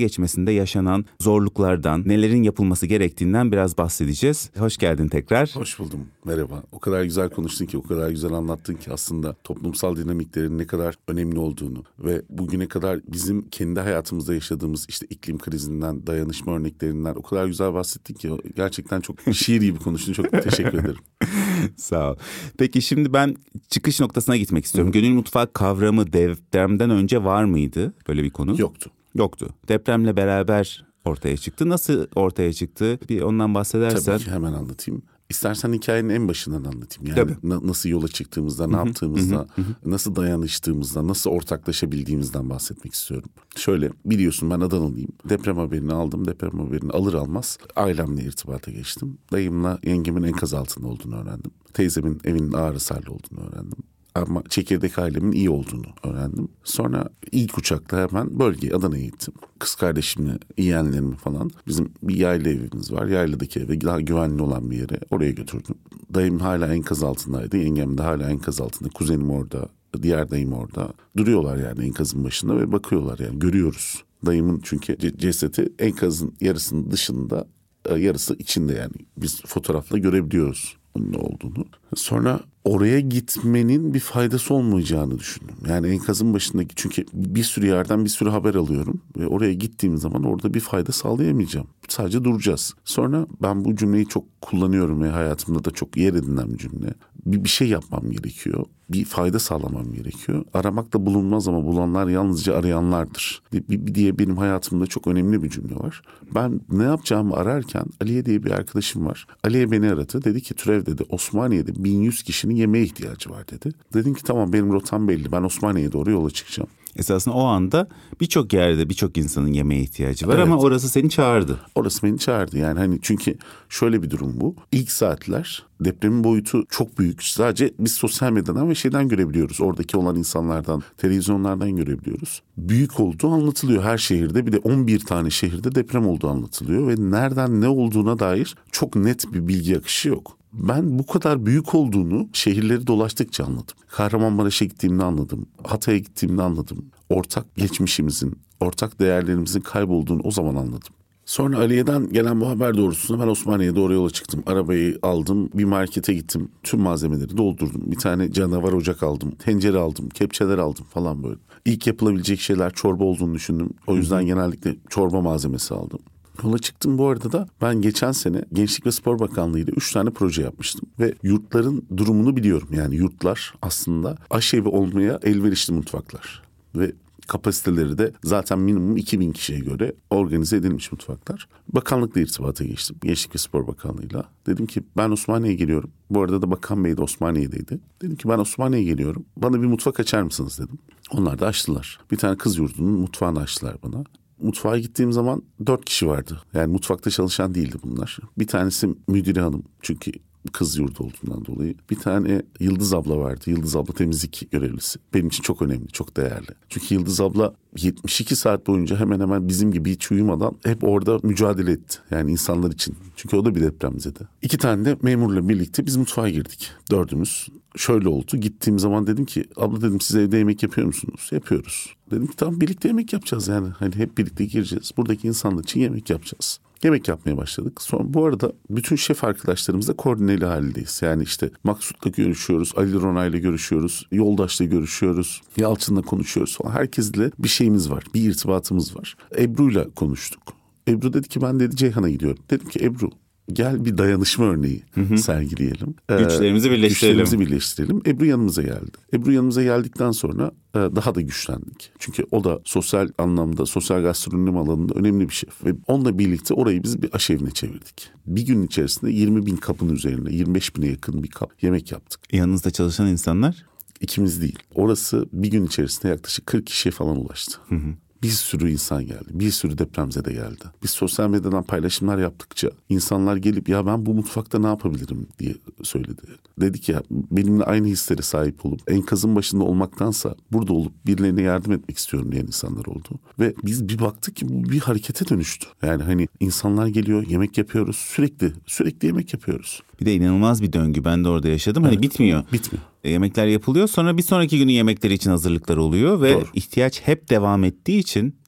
geçmesinde yaşanan zorluklardan, nelerin yapılması gerektiğinden biraz bahsedeceğiz. Hoş geldin tekrar. Hoş buldum. Merhaba. O kadar güzel konuştun ki, o kadar güzel anlattın ki aslında toplumsal dinamiklerin ne kadar önemli olduğunu ve bugüne kadar bizim kendi hayatımızda yaşadığımız işte iklim krizinden, dayanışma örneklerinden o kadar güzel bahsettin ki gerçekten çok şiir gibi konuştun. Çok teşekkür ederim. Sağ ol. Peki şimdi ben çıkış noktasına gitmek istiyorum. Gönül Mutfağı kavramı depremden önce var mıydı böyle bir konu? Yoktu. Yoktu. Depremle beraber ortaya çıktı. Nasıl ortaya çıktı? Bir ondan bahsedersen. Tabii ki hemen anlatayım. İstersen hikayenin en başından anlatayım. Yani Tabii. na- nasıl yola çıktığımızda, ne yaptığımızda, nasıl dayanıştığımızda, nasıl ortaklaşabildiğimizden bahsetmek istiyorum. Şöyle, biliyorsun ben Adanalıyım. Deprem haberini aldım. Deprem haberini alır almaz ailemle irtibata geçtim. Dayımla yengemin enkaz altında olduğunu öğrendim. Teyzemin evinin ağır hasarlı olduğunu öğrendim. Ama çekirdek ailemin iyi olduğunu öğrendim. Sonra ilk uçakla hemen bölgeye, Adana'ya gittim. Kız kardeşimle, yeğenlerimi falan. Bizim bir yayla evimiz var. Yayladaki eve, daha güvenli olan bir yere, oraya götürdüm. Dayım hala enkaz altındaydı. Yengem de hala enkaz altında. Kuzenim orada, diğer dayım orada. Duruyorlar yani enkazın başında ve bakıyorlar yani. Görüyoruz. Dayımın çünkü c- cesedi enkazın yarısının dışında, yarısı içinde yani. Biz fotoğrafla görebiliyoruz onun ne olduğunu. Sonra oraya gitmenin bir faydası olmayacağını düşündüm. Yani enkazın başındaki, çünkü bir sürü yerden bir sürü haber alıyorum ve oraya gittiğim zaman orada bir fayda sağlayamayacağım. Sadece duracağız. Sonra ben bu cümleyi çok kullanıyorum ve hayatımda da çok yer edinen bir cümle. Bir, bir şey yapmam gerekiyor. Bir fayda sağlamam gerekiyor. Aramakta bulunmaz ama bulanlar yalnızca arayanlardır. Bir, bir, bir diye benim hayatımda çok önemli bir cümle var. Ben ne yapacağımı ararken Aliye diye bir arkadaşım var. Aliye beni aradı. Dedi ki Türev dedi, Osmaniye'de bin yüz kişinin yemeğe ihtiyacı var dedi. Dedim ki tamam, benim rotam belli. Ben Osmaniye'ye doğru yola çıkacağım. Esasında o anda birçok yerde birçok insanın yemeğe ihtiyacı var, evet. Ama orası seni çağırdı. Orası beni çağırdı yani, hani çünkü şöyle bir durum bu. İlk saatler depremin boyutu çok büyük. Sadece biz sosyal medyadan ve şeyden görebiliyoruz. Oradaki olan insanlardan, televizyonlardan görebiliyoruz. Büyük olduğu anlatılıyor her şehirde. Bir de on bir tane şehirde deprem olduğu anlatılıyor ve nereden ne olduğuna dair çok net bir bilgi akışı yok. Ben bu kadar büyük olduğunu şehirleri dolaştıkça anladım. Kahramanmaraş'a gittiğimde anladım. Hatay'a gittiğimde anladım. Ortak geçmişimizin, ortak değerlerimizin kaybolduğunu o zaman anladım. Sonra Aliye'den gelen bu haber doğrultusunda ben Osmaniye'ye doğru yola çıktım. Arabayı aldım, bir markete gittim. Tüm malzemeleri doldurdum. Bir tane canavar ocak aldım, tencere aldım, kepçeler aldım falan böyle. İlk yapılabilecek şeyler çorba olduğunu düşündüm. O yüzden genellikle çorba malzemesi aldım. Yola çıktım. Bu arada da ben geçen sene Gençlik ve Spor Bakanlığı ile üç tane proje yapmıştım. Ve yurtların durumunu biliyorum. Yani yurtlar aslında aşevi olmaya elverişli mutfaklar. Ve kapasiteleri de zaten minimum iki bin kişiye göre organize edilmiş mutfaklar. Bakanlıkla irtibata geçtim. Gençlik ve Spor Bakanlığı'yla. Dedim ki ben Osmaniye'ye geliyorum. Bu arada da Bakan Bey de Osmaniye'deydi. Dedim ki ben Osmaniye'ye geliyorum. Bana bir mutfak açar mısınız dedim. Onlar da açtılar. Bir tane kız yurdunun mutfağını açtılar bana. Mutfağa gittiğim zaman dört kişi vardı. Yani mutfakta çalışan değildi bunlar. Bir tanesi müdüre hanım, çünkü kız yurdu olduğundan dolayı. Bir tane Yıldız abla vardı. Yıldız abla temizlik görevlisi. Benim için çok önemli, çok değerli. Çünkü Yıldız abla yetmiş iki saat boyunca hemen hemen bizim gibi hiç uyumadan hep orada mücadele etti. Yani insanlar için. Çünkü o da bir depremzede. İki tane de memurla birlikte biz mutfağa girdik. Dördümüz. Şöyle oldu. Gittiğim zaman dedim ki abla dedim, siz evde yemek yapıyor musunuz? Yapıyoruz. Dedim ki tamam, birlikte yemek yapacağız yani. Hani hep birlikte gireceğiz. Buradaki insanlar için yemek yapacağız. Yemek yapmaya başladık. Sonra bu arada bütün şef arkadaşlarımızla koordineli haldeyiz. Yani işte Maksut'la görüşüyoruz, Ali Ronay'la görüşüyoruz, Yoldaş'la görüşüyoruz, Yalçın'la konuşuyoruz falan. Herkesle bir şeyimiz var, bir irtibatımız var. Ebru'yla konuştuk. Ebru dedi ki ben dedi Ceyhan'a gidiyorum. Dedim ki Ebru, gel bir dayanışma örneği hı hı. sergileyelim. Güçlerimizi birleştirelim. Güçlerimizi birleştirelim. Ebru yanımıza geldi. Ebru yanımıza geldikten sonra daha da güçlendik. Çünkü o da sosyal anlamda, sosyal gastronomi alanında önemli bir şef. Ve onunla birlikte orayı biz bir aşevine çevirdik. Bir gün içerisinde yirmi bin kapın üzerine, yirmi beş bine yakın bir kap yemek yaptık. Yanınızda çalışan insanlar? İkimiz değil. Orası bir gün içerisinde yaklaşık kırk kişiye falan ulaştı. Hı hı. Bir sürü insan geldi. Bir sürü depremzede geldi. Biz sosyal medyadan paylaşımlar yaptıkça insanlar gelip ya ben bu mutfakta ne yapabilirim diye söyledi. Dedik ya benimle aynı hislere sahip olup enkazın başında olmaktansa burada olup birilerine yardım etmek istiyorum diyen insanlar oldu. Ve biz bir baktık ki bu bir harekete dönüştü. Yani hani insanlar geliyor, yemek yapıyoruz. Sürekli sürekli yemek yapıyoruz. Bir de inanılmaz bir döngü. Ben de orada yaşadım. Evet. Hani bitmiyor. Bitmiyor. E, yemekler yapılıyor. Sonra bir sonraki günün yemekleri için hazırlıklar oluyor ve Doğru. ihtiyaç hep devam ettiği için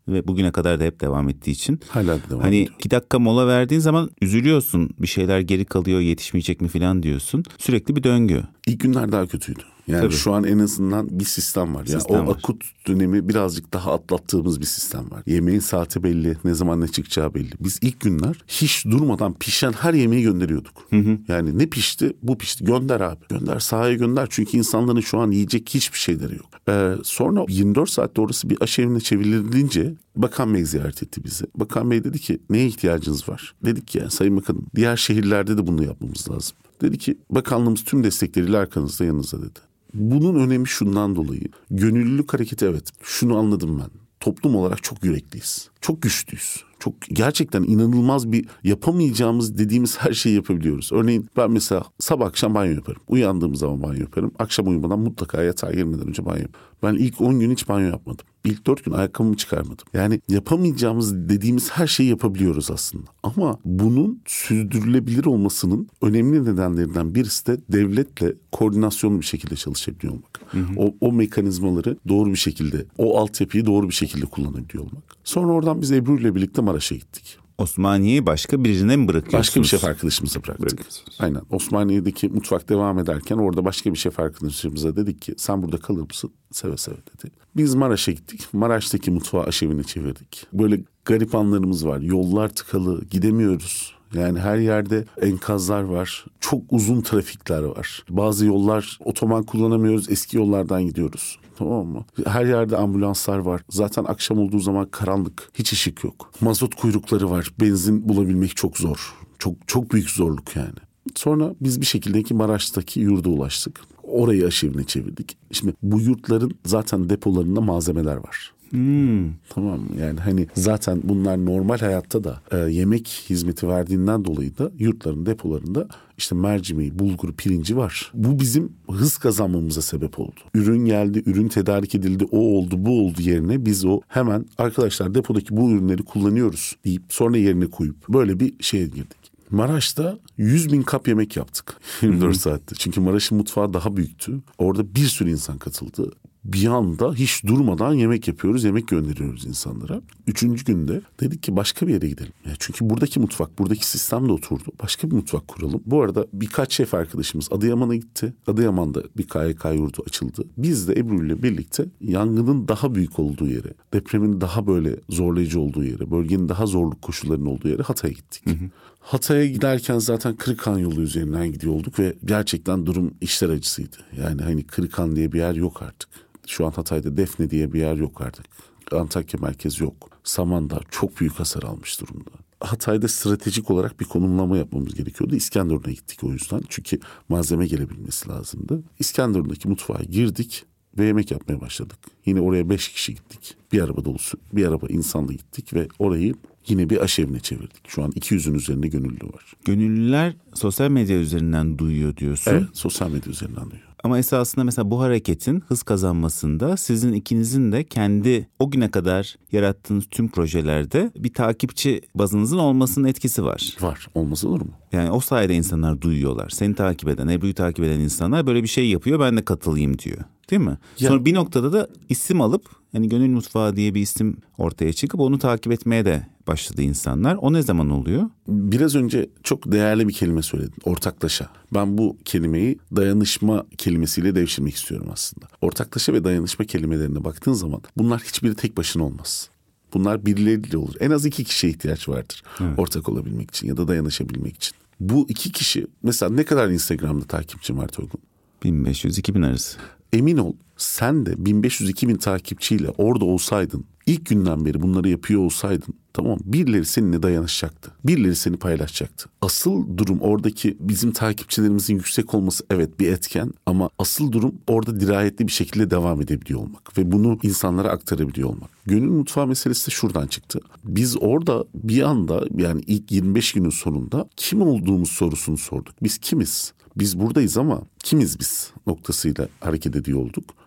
ve bugüne kadar da hep devam ettiği için. Hala da devam hani ediyor. iki dakika mola verdiğin zaman üzülüyorsun. Bir şeyler geri kalıyor, yetişmeyecek mi falan diyorsun. Sürekli bir döngü. İlk günler daha kötüydü. Yani Tabii. şu an en azından bir sistem var. Yani sistem o var. Akut dönemi birazcık daha atlattığımız bir sistem var. Yemeğin saati belli, ne zaman ne çıkacağı belli. Biz ilk günler hiç durmadan pişen her yemeği gönderiyorduk. Hı hı. Yani ne pişti, bu pişti. Gönder abi. Gönder, sahaya gönder. Çünkü insanların şu an yiyecek hiçbir şeyleri yok. Ee, sonra yirmi dört saatte orası bir aşevine çevrilince Bakan Bey ziyaret etti bizi. Bakan Bey dedi ki neye ihtiyacınız var? Dedik ki yani, Sayın Bakanım, diğer şehirlerde de bunu yapmamız lazım. Dedi ki bakanlığımız tüm destekleriyle arkanızda, yanınızda dedi. Bunun önemi şundan dolayı. Gönüllülük hareketi, evet, şunu anladım ben. Toplum olarak çok yürekliyiz. Çok güçlüyüz. Çok gerçekten inanılmaz bir yapamayacağımız dediğimiz her şeyi yapabiliyoruz. Örneğin ben mesela sabah akşam banyo yaparım. Uyandığım zaman banyo yaparım. Akşam uyumadan mutlaka yatağa girmeden önce banyo yaparım. Ben ilk on gün hiç banyo yapmadım. İlk dört gün ayakkabımı çıkarmadım. Yani yapamayacağımız dediğimiz her şeyi yapabiliyoruz aslında. Ama bunun sürdürülebilir olmasının önemli nedenlerinden birisi de devletle koordinasyonlu bir şekilde çalışabiliyor olmak. Hı hı. O, o mekanizmaları doğru bir şekilde, o altyapıyı doğru bir şekilde kullanabiliyor olmak. Sonra oradan biz Ebru ile birlikte Maraş'a gittik. Osmaniye'yi başka birine mi bırakıyorsunuz? Başka bir şef arkadaşımıza bıraktık. Aynen. Osmaniye'deki mutfak devam ederken orada başka bir şef arkadaşımıza dedik ki sen burada kalır mısın? Seve seve dedi. Biz Maraş'a gittik. Maraş'taki mutfağı aşevine çevirdik. Böyle garip anlarımız var. Yollar tıkalı, gidemiyoruz. Yani her yerde enkazlar var. Çok uzun trafikler var. Bazı yollar otoban kullanamıyoruz. Eski yollardan gidiyoruz. Tamam mı? Her yerde ambulanslar var. Zaten akşam olduğu zaman karanlık. Hiç ışık yok. Mazot kuyrukları var. Benzin bulabilmek çok zor. Çok çok büyük zorluk yani. Sonra biz bir şekilde ki Maraş'taki yurda ulaştık. Orayı aşevine çevirdik. Şimdi bu yurtların zaten depolarında malzemeler var. Hmm. Tamam mı? Yani hani zaten bunlar normal hayatta da e, yemek hizmeti verdiğinden dolayı da yurtların depolarında işte mercimeği, bulguru, pirinci var. Bu bizim hız kazanmamıza sebep oldu. Ürün geldi, ürün tedarik edildi, o oldu, bu oldu yerine biz o hemen arkadaşlar depodaki bu ürünleri kullanıyoruz deyip sonra yerine koyup böyle bir şeye girdik. Maraş'ta yüz bin kap yemek yaptık yirmi dört saatte. Çünkü Maraş'ın mutfağı daha büyüktü. Orada bir sürü insan katıldı. Bir anda hiç durmadan yemek yapıyoruz, yemek gönderiyoruz insanlara. Üçüncü günde dedik ki başka bir yere gidelim. Yani çünkü buradaki mutfak, buradaki sistem de oturdu. Başka bir mutfak kuralım. Bu arada birkaç şef arkadaşımız Adıyaman'a gitti. Adıyaman'da bir K Y K yurdu açıldı. Biz de Ebru ile birlikte yangının daha büyük olduğu yere, depremin daha böyle zorlayıcı olduğu yere, bölgenin daha zorluk koşullarının olduğu yere Hatay'a gittik. Hı hı. Hatay'a giderken zaten Kırıkhan yolu üzerinden gidiyorduk ve gerçekten durum içler acısıydı. Yani hani Kırıkhan diye bir yer yok artık. Şu an Hatay'da Defne diye bir yer yok artık. Antakya merkez yok. Samandağ çok büyük hasar almış durumda. Hatay'da stratejik olarak bir konumlama yapmamız gerekiyordu. İskenderun'a gittik o yüzden. Çünkü malzeme gelebilmesi lazımdı. İskenderun'daki mutfağa girdik ve yemek yapmaya başladık. Yine oraya beş kişi gittik. Bir araba dolusu, bir araba insanla gittik ve orayı yine bir aşevine çevirdik. Şu an iki yüzün üzerinde gönüllü var. Gönüllüler sosyal medya üzerinden duyuyor diyorsun. Evet, sosyal medya üzerinden duyuyor. Ama esasında mesela bu hareketin hız kazanmasında sizin ikinizin de kendi o güne kadar yarattığınız tüm projelerde bir takipçi bazınızın olmasının etkisi var. Var. Olmaz olur mu? Yani o sayede insanlar duyuyorlar. Seni takip eden, Ebru'yu takip eden insanlar böyle bir şey yapıyor, ben de katılayım diyor. Değil mi? Ya. Sonra bir noktada da isim alıp hani Gönül Mutfağı diye bir isim ortaya çıkıp onu takip etmeye de başladı insanlar. O ne zaman oluyor? Biraz önce çok değerli bir kelime söyledin. Ortaklaşa. Ben bu kelimeyi dayanışma kelimesiyle devşirmek istiyorum aslında. Ortaklaşa ve dayanışma kelimelerine baktığın zaman bunlar hiçbiri tek başına olmaz. Bunlar birileriyle olur. En az iki kişiye ihtiyaç vardır. Evet. Ortak olabilmek için ya da dayanışabilmek için. Bu iki kişi mesela ne kadar Instagram'da takipçim var Toygun? bin beş yüz iki bin arası. Emin ol sen de bin beş yüz iki bin takipçiyle orada olsaydın, ilk günden beri bunları yapıyor olsaydın, tamam, birileri seninle dayanışacaktı. Birileri seni paylaşacaktı. Asıl durum oradaki bizim takipçilerimizin yüksek olması evet bir etken ama asıl durum orada dirayetli bir şekilde devam edebiliyor olmak ve bunu insanlara aktarabiliyor olmak. Gönül Mutfağı meselesi de şuradan çıktı. Biz orada bir anda yani ilk yirmi beş günün sonunda kim olduğumuz sorusunu sorduk. Biz kimiz? Biz buradayız ama kimiz biz noktasıyla hareket ediyor olduk.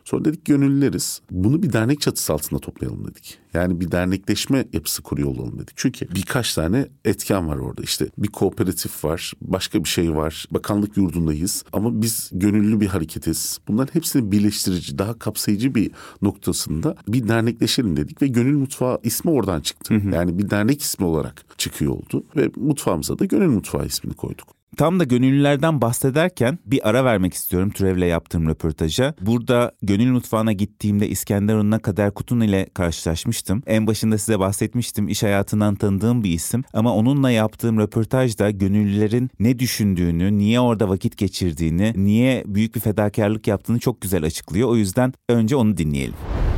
Sonra dedik gönüllüleriz. Bunu bir dernek çatısı altında toplayalım dedik. Yani bir dernekleşme yapısı kuruyor olalım dedik. Çünkü birkaç tane etken var orada. İşte bir kooperatif var, başka bir şey var. Bakanlık yurdundayız ama biz gönüllü bir hareketiz. Bunların hepsini birleştirici, daha kapsayıcı bir noktasında bir dernekleşelim dedik ve Gönül Mutfağı ismi oradan çıktı. Hı hı. Yani bir dernek ismi olarak çıkıyor oldu ve mutfağımıza da Gönül Mutfağı ismini koyduk. Tam da gönüllülerden bahsederken bir ara vermek istiyorum Türev'le yaptığım röportaja. Burada Gönül Mutfağı'na gittiğimde İskenderun'la Kader Kutun ile karşılaşmıştım. En başında size bahsetmiştim, iş hayatından tanıdığım bir isim. Ama onunla yaptığım röportajda gönüllülerin ne düşündüğünü, niye orada vakit geçirdiğini, niye büyük bir fedakarlık yaptığını çok güzel açıklıyor. O yüzden önce onu dinleyelim.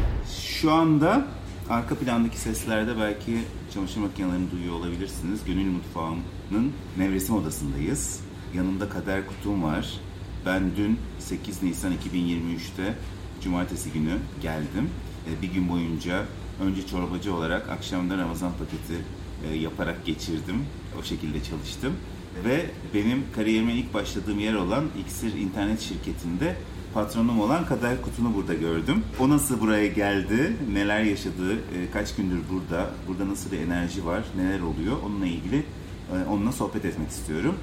Şu anda arka plandaki seslerde belki çamaşır makinelerini duyuyor olabilirsiniz. Gönül Mutfağı'nın nevresim odasındayız. Yanımda Kader Kutum var. Ben dün sekiz Nisan iki bin yirmi üçte Cumartesi günü geldim. Bir gün boyunca önce çorbacı olarak akşamda Ramazan paketi yaparak geçirdim. O şekilde çalıştım. Ve benim kariyerime ilk başladığım yer olan İksir internet şirketinde patronum olan Kader Kutun'u burada gördüm. O nasıl buraya geldi, neler yaşadı, kaç gündür burada, burada nasıl bir enerji var, neler oluyor, onunla ilgili onunla sohbet etmek istiyorum.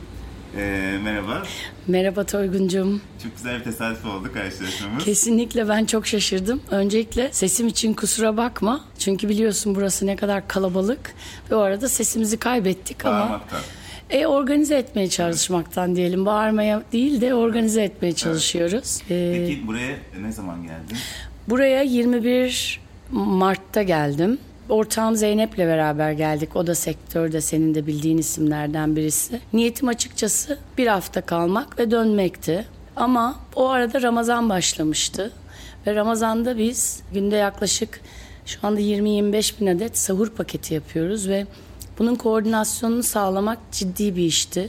E, merhaba. Merhaba Toyguncuğum. Çok güzel bir tesadüf oldu karşılaşmamız. Kesinlikle ben çok şaşırdım. Öncelikle sesim için kusura bakma. Çünkü biliyorsun burası ne kadar kalabalık ve o arada sesimizi kaybettik ama... Bağırmaktan. E, organize etmeye çalışmaktan diyelim. Bağırmaya değil de organize etmeye çalışıyoruz. Evet. Peki ee, buraya ne zaman geldin? Buraya yirmi bir Mart'ta geldim. Ortağım Zeynep'le beraber geldik. O da sektörde senin de bildiğin isimlerden birisi. Niyetim açıkçası bir hafta kalmak ve dönmekti. Ama o arada Ramazan başlamıştı. Ve Ramazan'da biz günde yaklaşık şu anda yirmi yirmi beş bin adet sahur paketi yapıyoruz ve bunun koordinasyonunu sağlamak ciddi bir işti.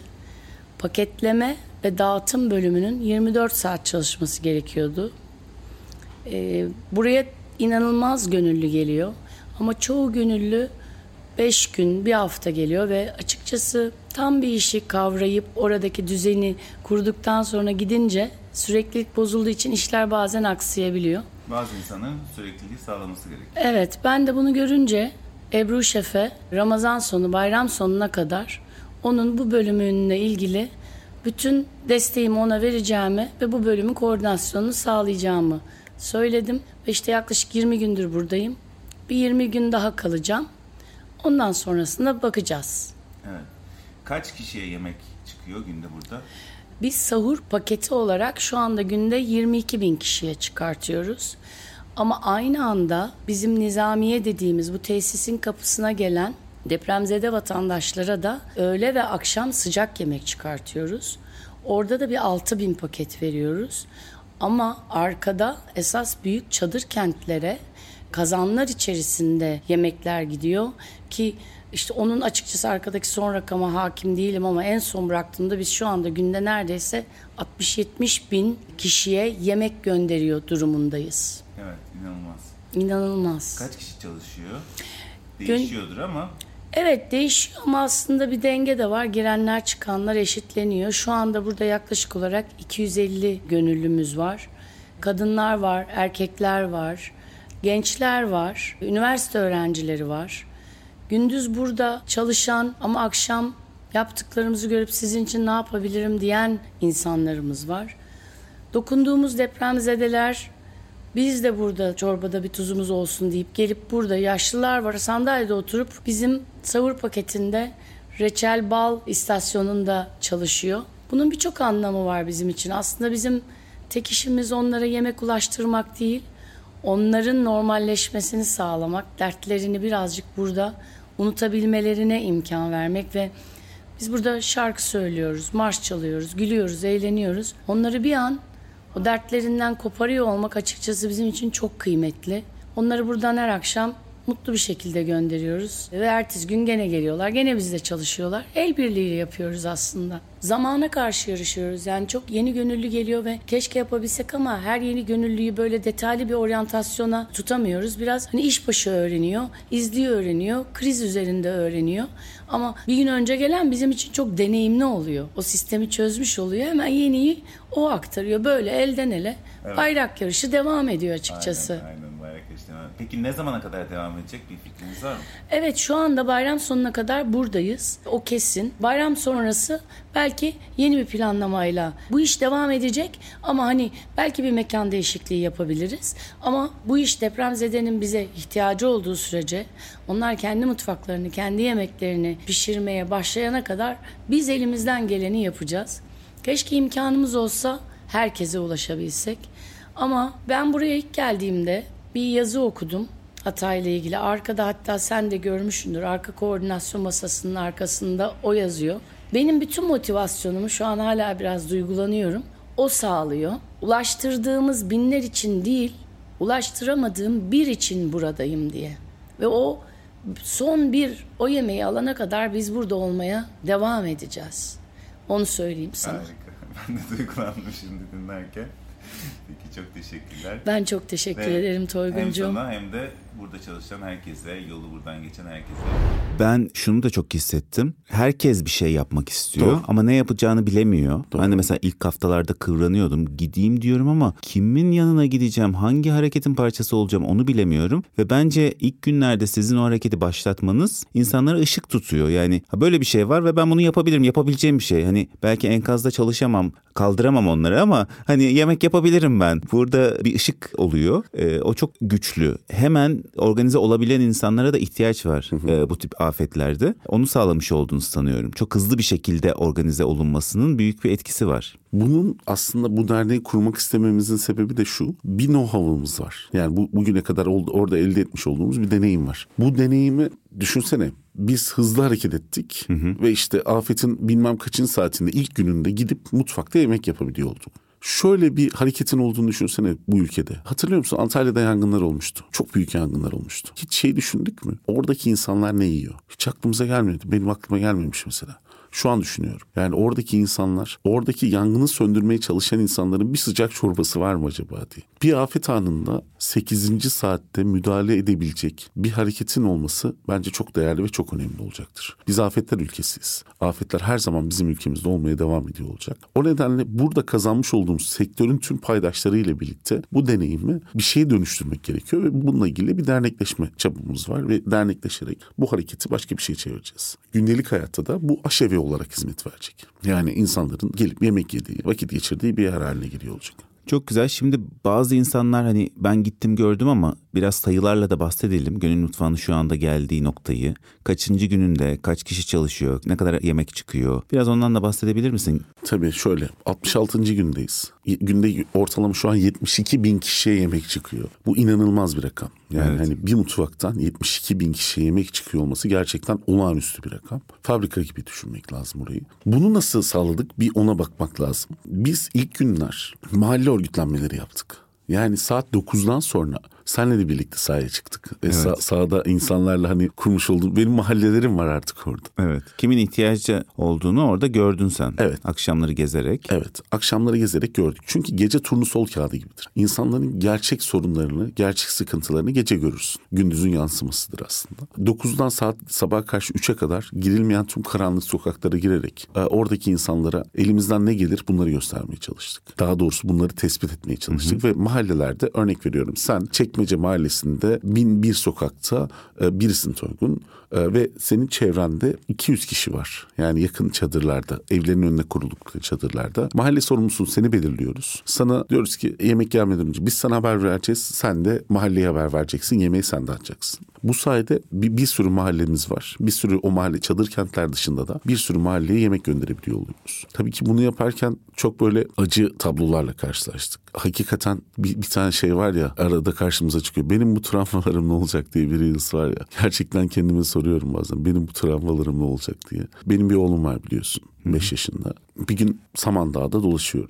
Paketleme ve dağıtım bölümünün yirmi dört saat çalışması gerekiyordu. Ee, buraya inanılmaz gönüllü geliyor. Ama çoğu gönüllü beş gün, bir hafta geliyor ve açıkçası tam bir işi kavrayıp oradaki düzeni kurduktan sonra gidince süreklilik bozulduğu için işler bazen aksayabiliyor. Bazı insanın sürekliliği sağlaması gerekiyor. Evet, ben de bunu görünce Ebru Şef'e Ramazan sonu, bayram sonuna kadar onun bu bölümünle ilgili bütün desteğimi ona vereceğimi ve bu bölümün koordinasyonunu sağlayacağımı söyledim. Ve işte yaklaşık yirmi gündür buradayım. Bir yirmi gün daha kalacağım. Ondan sonrasında bakacağız. Evet. Kaç kişiye yemek çıkıyor günde burada? Biz sahur paketi olarak şu anda günde yirmi iki bin kişiye çıkartıyoruz. Ama aynı anda bizim nizamiye dediğimiz bu tesisin kapısına gelen depremzede vatandaşlara da öğle ve akşam sıcak yemek çıkartıyoruz. Orada da bir altı bin paket veriyoruz. Ama arkada esas büyük çadır kentlere kazanlar içerisinde yemekler gidiyor ki işte onun açıkçası arkadaki son rakama hakim değilim ama en son bıraktığımda biz şu anda günde neredeyse altmış yetmiş bin kişiye yemek gönderiyor durumundayız. Evet, inanılmaz. İnanılmaz. Kaç kişi çalışıyor? Değişiyordur Gön- ama. Evet değişiyor ama aslında bir denge de var. Girenler çıkanlar eşitleniyor. Şu anda burada yaklaşık olarak iki yüz elli gönüllümüz var. Kadınlar var, erkekler var, gençler var, üniversite öğrencileri var. Gündüz burada çalışan ama akşam yaptıklarımızı görüp sizin için ne yapabilirim diyen insanlarımız var. Dokunduğumuz depremzedeler biz de burada çorbada bir tuzumuz olsun deyip gelip burada yaşlılar var sandalyede oturup bizim sahur paketinde reçel bal istasyonunda çalışıyor. Bunun birçok anlamı var bizim için. Aslında bizim tek işimiz onlara yemek ulaştırmak değil, onların normalleşmesini sağlamak, dertlerini birazcık burada unutabilmelerine imkan vermek ve biz burada şarkı söylüyoruz, marş çalıyoruz, gülüyoruz, eğleniyoruz. Onları bir an o dertlerinden koparıyor olmak açıkçası bizim için çok kıymetli. Onları buradan her akşam mutlu bir şekilde gönderiyoruz. Ve ertesi gün gene geliyorlar, gene bizle çalışıyorlar. El birliğiyle yapıyoruz aslında. Zamana karşı yarışıyoruz. Yani çok yeni gönüllü geliyor ve keşke yapabilsek ama her yeni gönüllüyü böyle detaylı bir oryantasyona tutamıyoruz. Biraz hani işbaşı öğreniyor, izliyor öğreniyor, kriz üzerinde öğreniyor. Ama bir gün önce gelen bizim için çok deneyimli oluyor. O sistemi çözmüş oluyor. Hemen yeniyi o aktarıyor. Böyle elden ele evet. Bayrak yarışı devam ediyor açıkçası. Aynen, aynen. Peki ne zamana kadar devam edecek, bir fikriniz var mı? Evet, şu anda bayram sonuna kadar buradayız. O kesin. Bayram sonrası belki yeni bir planlamayla bu iş devam edecek ama hani belki bir mekan değişikliği yapabiliriz. Ama bu iş depremzedenin bize ihtiyacı olduğu sürece onlar kendi mutfaklarını, kendi yemeklerini pişirmeye başlayana kadar biz elimizden geleni yapacağız. Keşke imkanımız olsa herkese ulaşabilsek. Ama ben buraya ilk geldiğimde bir yazı okudum Hatay'la ilgili. Arkada, hatta sen de görmüşsündür, arka koordinasyon masasının arkasında o yazıyor. Benim bütün motivasyonumu, şu an hala biraz duygulanıyorum, o sağlıyor. Ulaştırdığımız binler için değil, ulaştıramadığım bir için buradayım diye. Ve o son bir o yemeği alana kadar biz burada olmaya devam edeceğiz. Onu söyleyeyim sana. Harika. Ben de duygulandım şimdi dinlerken. Peki, çok teşekkürler. Ben çok teşekkür Ve ederim Toyguncuğum. Hem sana hem de burada çalışan herkese, yolu buradan geçen herkese. Ben şunu da çok hissettim. Herkes bir şey yapmak istiyor. Doğru. Ama ne yapacağını bilemiyor. Doğru. Ben de mesela ilk haftalarda kıvranıyordum. Gideyim diyorum ama kimin yanına gideceğim, hangi hareketin parçası olacağım onu bilemiyorum. Ve bence ilk günlerde sizin o hareketi başlatmanız insanlara ışık tutuyor. Yani böyle bir şey var ve ben bunu yapabilirim, yapabileceğim bir şey. Hani belki enkazda çalışamam, kaldıramam onları ama hani yemek yapabilirim ben. Burada bir ışık oluyor. Ee, o çok güçlü. Hemen organize olabilen insanlara da ihtiyaç var e, bu tip afetlerde. Onu sağlamış olduğunu sanıyorum. Çok hızlı bir şekilde organize olunmasının büyük bir etkisi var. Bunun aslında bu derneği kurmak istememizin sebebi de şu. Bir know-how'ımız var. Yani bu bugüne kadar oldu, orada elde etmiş olduğumuz bir deneyim var. Bu deneyimi düşünsene. Biz hızlı hareket ettik hı hı. ve işte afetin bilmem kaçın saatinde ilk gününde gidip mutfakta yemek yapabiliyor olduk. Şöyle bir hareketin olduğunu düşünsene bu ülkede. Hatırlıyor musun? Antalya'da yangınlar olmuştu. Çok büyük yangınlar olmuştu. Hiç şey düşündük mü? Oradaki insanlar ne yiyor? Hiç aklımıza gelmedi. Benim aklıma gelmemiş mesela. Şu an düşünüyorum. Yani oradaki insanlar, oradaki yangını söndürmeye çalışan insanların bir sıcak çorbası var mı acaba diye. Bir afet anında sekizinci saatte müdahale edebilecek bir hareketin olması bence çok değerli ve çok önemli olacaktır. Biz afetler ülkesiyiz. Afetler her zaman bizim ülkemizde olmaya devam ediyor olacak. O nedenle burada kazanmış olduğumuz sektörün tüm paydaşlarıyla birlikte bu deneyimi bir şeye dönüştürmek gerekiyor ve bununla ilgili bir dernekleşme çabamız var ve dernekleşerek bu hareketi başka bir şeye çevireceğiz. Gündelik hayatta da bu aşevi olarak hizmet verecek. Yani insanların gelip yemek yediği, vakit geçirdiği bir yer haline geliyor olacak. Çok güzel. Şimdi bazı insanlar hani ben gittim gördüm ama biraz sayılarla da bahsedelim. Gönül Mutfağı'nın şu anda geldiği noktayı. Kaçıncı gününde, kaç kişi çalışıyor, ne kadar yemek çıkıyor? Biraz ondan da bahsedebilir misin? Tabii şöyle altmış altıncı gündeyiz. Günde ortalama şu an yetmiş iki bin kişiye yemek çıkıyor. Bu inanılmaz bir rakam. Yani evet. Hani bir mutfaktan yetmiş iki bin kişiye yemek çıkıyor olması gerçekten olağanüstü bir rakam. Fabrika gibi düşünmek lazım orayı. Bunu nasıl sağladık? Bir ona bakmak lazım. Biz ilk günler mahalle örgütlenmeleri yaptık. Yani saat dokuzdan sonra senle de birlikte sahaya çıktık. Evet. Sah- sahada insanlarla hani kurmuş olduğum benim mahallelerim var artık orada. Evet. Kimin ihtiyacı olduğunu orada gördün sen. Evet. Akşamları gezerek. Evet. Akşamları gezerek gördük. Çünkü gece turnusol kağıdı gibidir. İnsanların gerçek sorunlarını, gerçek sıkıntılarını gece görürsün. Gündüzün yansımasıdır aslında. dokuzdan saat sabah karşı üçe kadar girilmeyen tüm karanlık sokaklara girerek e, oradaki insanlara elimizden ne gelir bunları göstermeye çalıştık. Daha doğrusu bunları tespit etmeye çalıştık. Hı hı. Ve mahallelerde örnek veriyorum sen çek Çekmece Mahallesi'nde bin bir sokakta e, birisin Toygun e, ve senin çevrende iki yüz kişi var. Yani yakın çadırlarda, evlerin önüne kuruldukları çadırlarda. Mahalle sorumlusun, seni belirliyoruz. Sana diyoruz ki yemek gelmeden önce biz sana haber vereceğiz. Sen de mahalleye haber vereceksin. Yemeği sen de atacaksın. Bu sayede bir, bir sürü mahallemiz var. Bir sürü o mahalle çadır kentler dışında da bir sürü mahalleye yemek gönderebiliyor oluyoruz. Tabii ki bunu yaparken çok böyle acı tablolarla karşılaştık. Hakikaten bir, bir tane şey var ya arada karşımıza çıkıyor. Benim bu travmalarım ne olacak diye bir reels var ya. Gerçekten kendime soruyorum bazen. Benim bu travmalarım ne olacak diye. Benim bir oğlum var biliyorsun. beş yaşında. Bir gün Samandağ'da dolaşıyoruz.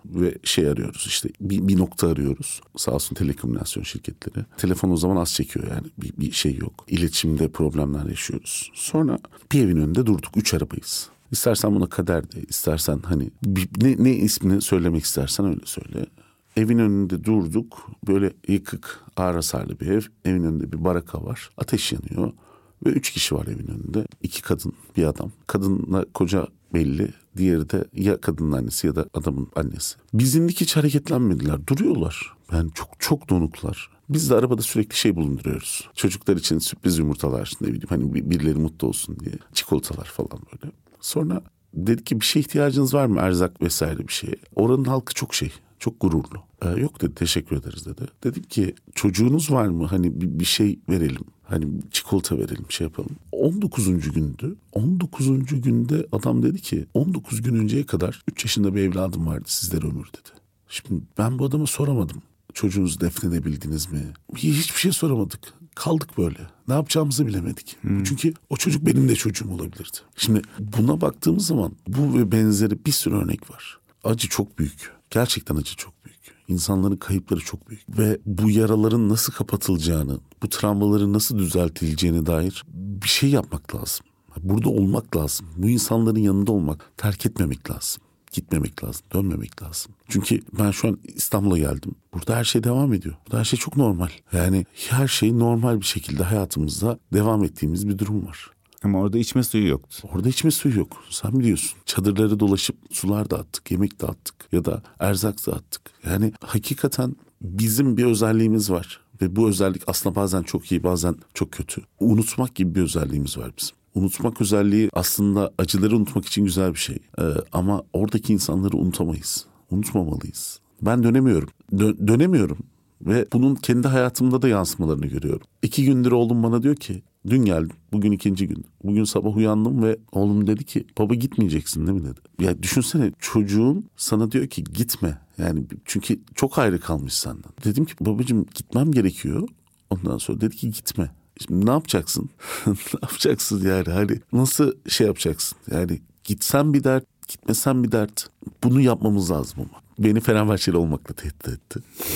ve şey arıyoruz işte bir, bir nokta arıyoruz. Sağ olsun telekomünikasyon şirketleri. Telefon o zaman az çekiyor yani bir, bir şey yok. İletişimde problemler yaşıyoruz. Sonra bir evin önünde durduk. Üç arabayız. İstersen buna kader de, istersen hani bir, ne, ne ismini söylemek istersen öyle söyle. Evin önünde durduk. Böyle yıkık, ağır hasarlı bir ev. Evin önünde bir baraka var. Ateş yanıyor. Ve üç kişi var evin önünde. İki kadın, bir adam. Kadınla koca belli. Diğeri de ya kadının annesi ya da adamın annesi. Bizimlik hiç hareketlenmediler. Duruyorlar. Yani çok çok donuklar. Biz de arabada sürekli şey bulunduruyoruz. Çocuklar için sürpriz yumurtalar. Ne bileyim hani birileri mutlu olsun diye. Çikolatalar falan böyle. Sonra dedik ki bir şey ihtiyacınız var mı? Erzak vesaire bir şeye. Oranın halkı çok şey. Çok gururlu. Ee, yok dedi, teşekkür ederiz dedi. Dedim ki çocuğunuz var mı? Hani bir, bir şey verelim. Hani çikolata verelim, şey yapalım. on dokuzuncu gündü. on dokuzuncu günde adam dedi ki on dokuz gün önceye kadar üç yaşında bir evladım vardı, sizlere ömür dedi. Şimdi ben bu adama soramadım. Çocuğunuzu defnedebildiniz mi? Hiçbir şey soramadık. Kaldık böyle. Ne yapacağımızı bilemedik. Hmm. Çünkü o çocuk benim de çocuğum olabilirdi. Şimdi buna baktığımız zaman bu ve benzeri bir sürü örnek var. Acı çok büyük. Gerçekten acı çok büyük. İnsanların kayıpları çok büyük. Ve bu yaraların nasıl kapatılacağını, bu travmaların nasıl düzeltileceğine dair bir şey yapmak lazım. Burada olmak lazım. Bu insanların yanında olmak, terk etmemek lazım. Gitmemek lazım, dönmemek lazım. Çünkü ben şu an İstanbul'a geldim. Burada her şey devam ediyor. Burada her şey çok normal. Yani her şey normal bir şekilde hayatımızda devam ettiğimiz bir durum var. Ama orada içme suyu yoktu. Orada içme suyu yok. Sen biliyorsun. Çadırları dolaşıp sular dağıttık, yemek dağıttık ya da erzak dağıttık. Yani hakikaten bizim bir özelliğimiz var. Ve bu özellik aslında bazen çok iyi, bazen çok kötü. Unutmak gibi bir özelliğimiz var bizim. Unutmak özelliği aslında acıları unutmak için güzel bir şey. Ee, ama oradaki insanları unutamayız. Unutmamalıyız. Ben dönemiyorum. Dö- dönemiyorum. Ve bunun kendi hayatımda da yansımalarını görüyorum. İki gündür oğlum bana diyor ki, dün geldim, bugün ikinci gün. Bugün sabah uyandım ve oğlum dedi ki, baba gitmeyeceksin değil mi dedi. Ya düşünsene, çocuğun sana diyor ki gitme. Yani çünkü çok ayrı kalmış senden. Dedim ki babacığım gitmem gerekiyor. Ondan sonra dedi ki gitme. Şimdi ne yapacaksın? Ne yapacaksın yani? Hani nasıl şey yapacaksın? Yani gitsen bir dert, gitmesen bir dert. Bunu yapmamız lazım ama. Beni Fenerbahçeli olmakla tehdit etti.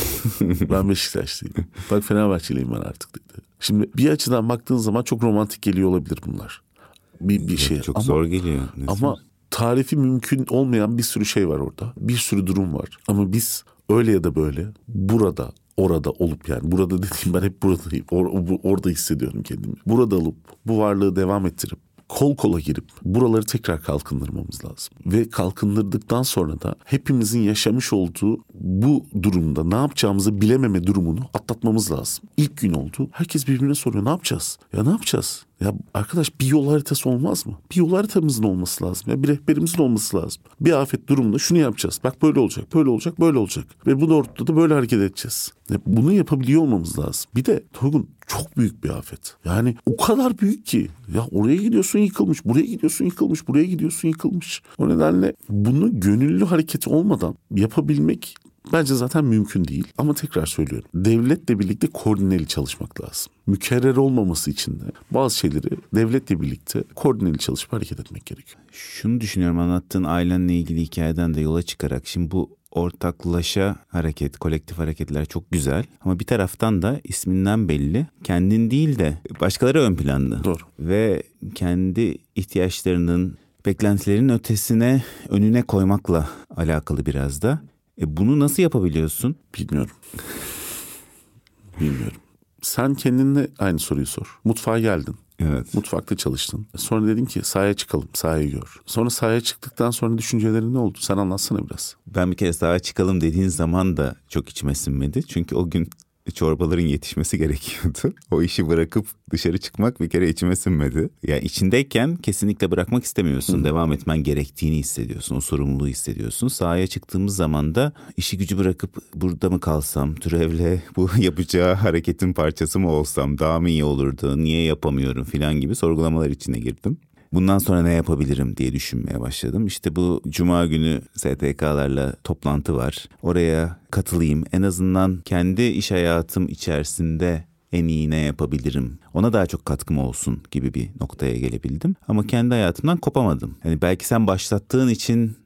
Ben Beşiktaşlıyım. Bak Fenerbahçeliyim ben artık dedi. Şimdi bir açıdan baktığın zaman çok romantik geliyor olabilir bunlar. Bir, bir şey. Çok ama, zor geliyor. Neyse. Ama tarifi mümkün olmayan bir sürü şey var orada. Bir sürü durum var. Ama biz öyle ya da böyle burada, orada olup, yani burada dediğim ben hep buradayım. Or, orada hissediyorum kendimi. Burada olup bu varlığı devam ettirip kol kola girip buraları tekrar kalkındırmamız lazım. Ve kalkındırdıktan sonra da hepimizin yaşamış olduğu bu durumda ne yapacağımızı bilememe durumunu atlatmamız lazım. İlk gün oldu. Herkes birbirine soruyor, ne yapacağız? Ya ne yapacağız? Ya arkadaş, bir yol haritası olmaz mı? Bir yol haritamızın olması lazım. Ya bir rehberimizin olması lazım. Bir afet durumunda şunu yapacağız. Bak böyle olacak, böyle olacak, böyle olacak. Ve bu doğrultuda da böyle hareket edeceğiz. Ya bunu yapabiliyor olmamız lazım. Bir de Toygun, çok büyük bir afet. Yani o kadar büyük ki. Ya oraya gidiyorsun yıkılmış, buraya gidiyorsun yıkılmış, buraya gidiyorsun yıkılmış. O nedenle bunu gönüllü hareketi olmadan yapabilmek bence zaten mümkün değil. Ama tekrar söylüyorum, devletle birlikte koordineli çalışmak lazım. Mükerrer olmaması için de bazı şeyleri devletle birlikte koordineli çalışıp hareket etmek gerekiyor. Şunu düşünüyorum, anlattığın ailenle ilgili hikayeden de yola çıkarak. Şimdi bu ortaklaşa hareket, kolektif hareketler çok güzel. Ama bir taraftan da isminden belli, kendin değil de başkaları ön planda. Doğru. Ve kendi ihtiyaçlarının, beklentilerin ötesine, önüne koymakla alakalı biraz da. E bunu nasıl yapabiliyorsun? Bilmiyorum. Bilmiyorum. Sen kendinle aynı soruyu sor. Mutfağa geldin. Evet. Mutfakta çalıştın. Sonra dedin ki sahaya çıkalım, sahayı gör. Sonra sahaya çıktıktan sonra düşüncelerin ne oldu? Sen anlatsana biraz. Ben bir kere sahaya çıkalım dediğin zaman da çok içime sinmedi. Çünkü o gün çorbaların yetişmesi gerekiyordu. O işi bırakıp dışarı çıkmak bir kere içime sinmedi. Ya yani içindeyken kesinlikle bırakmak istemiyorsun. Hı. Devam etmen gerektiğini hissediyorsun. O sorumluluğu hissediyorsun. Sahaya çıktığımız zaman da işi gücü bırakıp burada mı kalsam? Türevle bu yapacağı hareketin parçası mı olsam? Daha mı iyi olurdu? Niye yapamıyorum filan gibi sorgulamalar içine girdim. Bundan sonra ne yapabilirim diye düşünmeye başladım. İşte bu cuma günü S T K'larla toplantı var. Oraya katılayım. En azından kendi iş hayatım içerisinde en iyi ne yapabilirim? Ona daha çok katkım olsun gibi bir noktaya gelebildim. Ama kendi hayatımdan kopamadım. Yani belki sen başlattığın için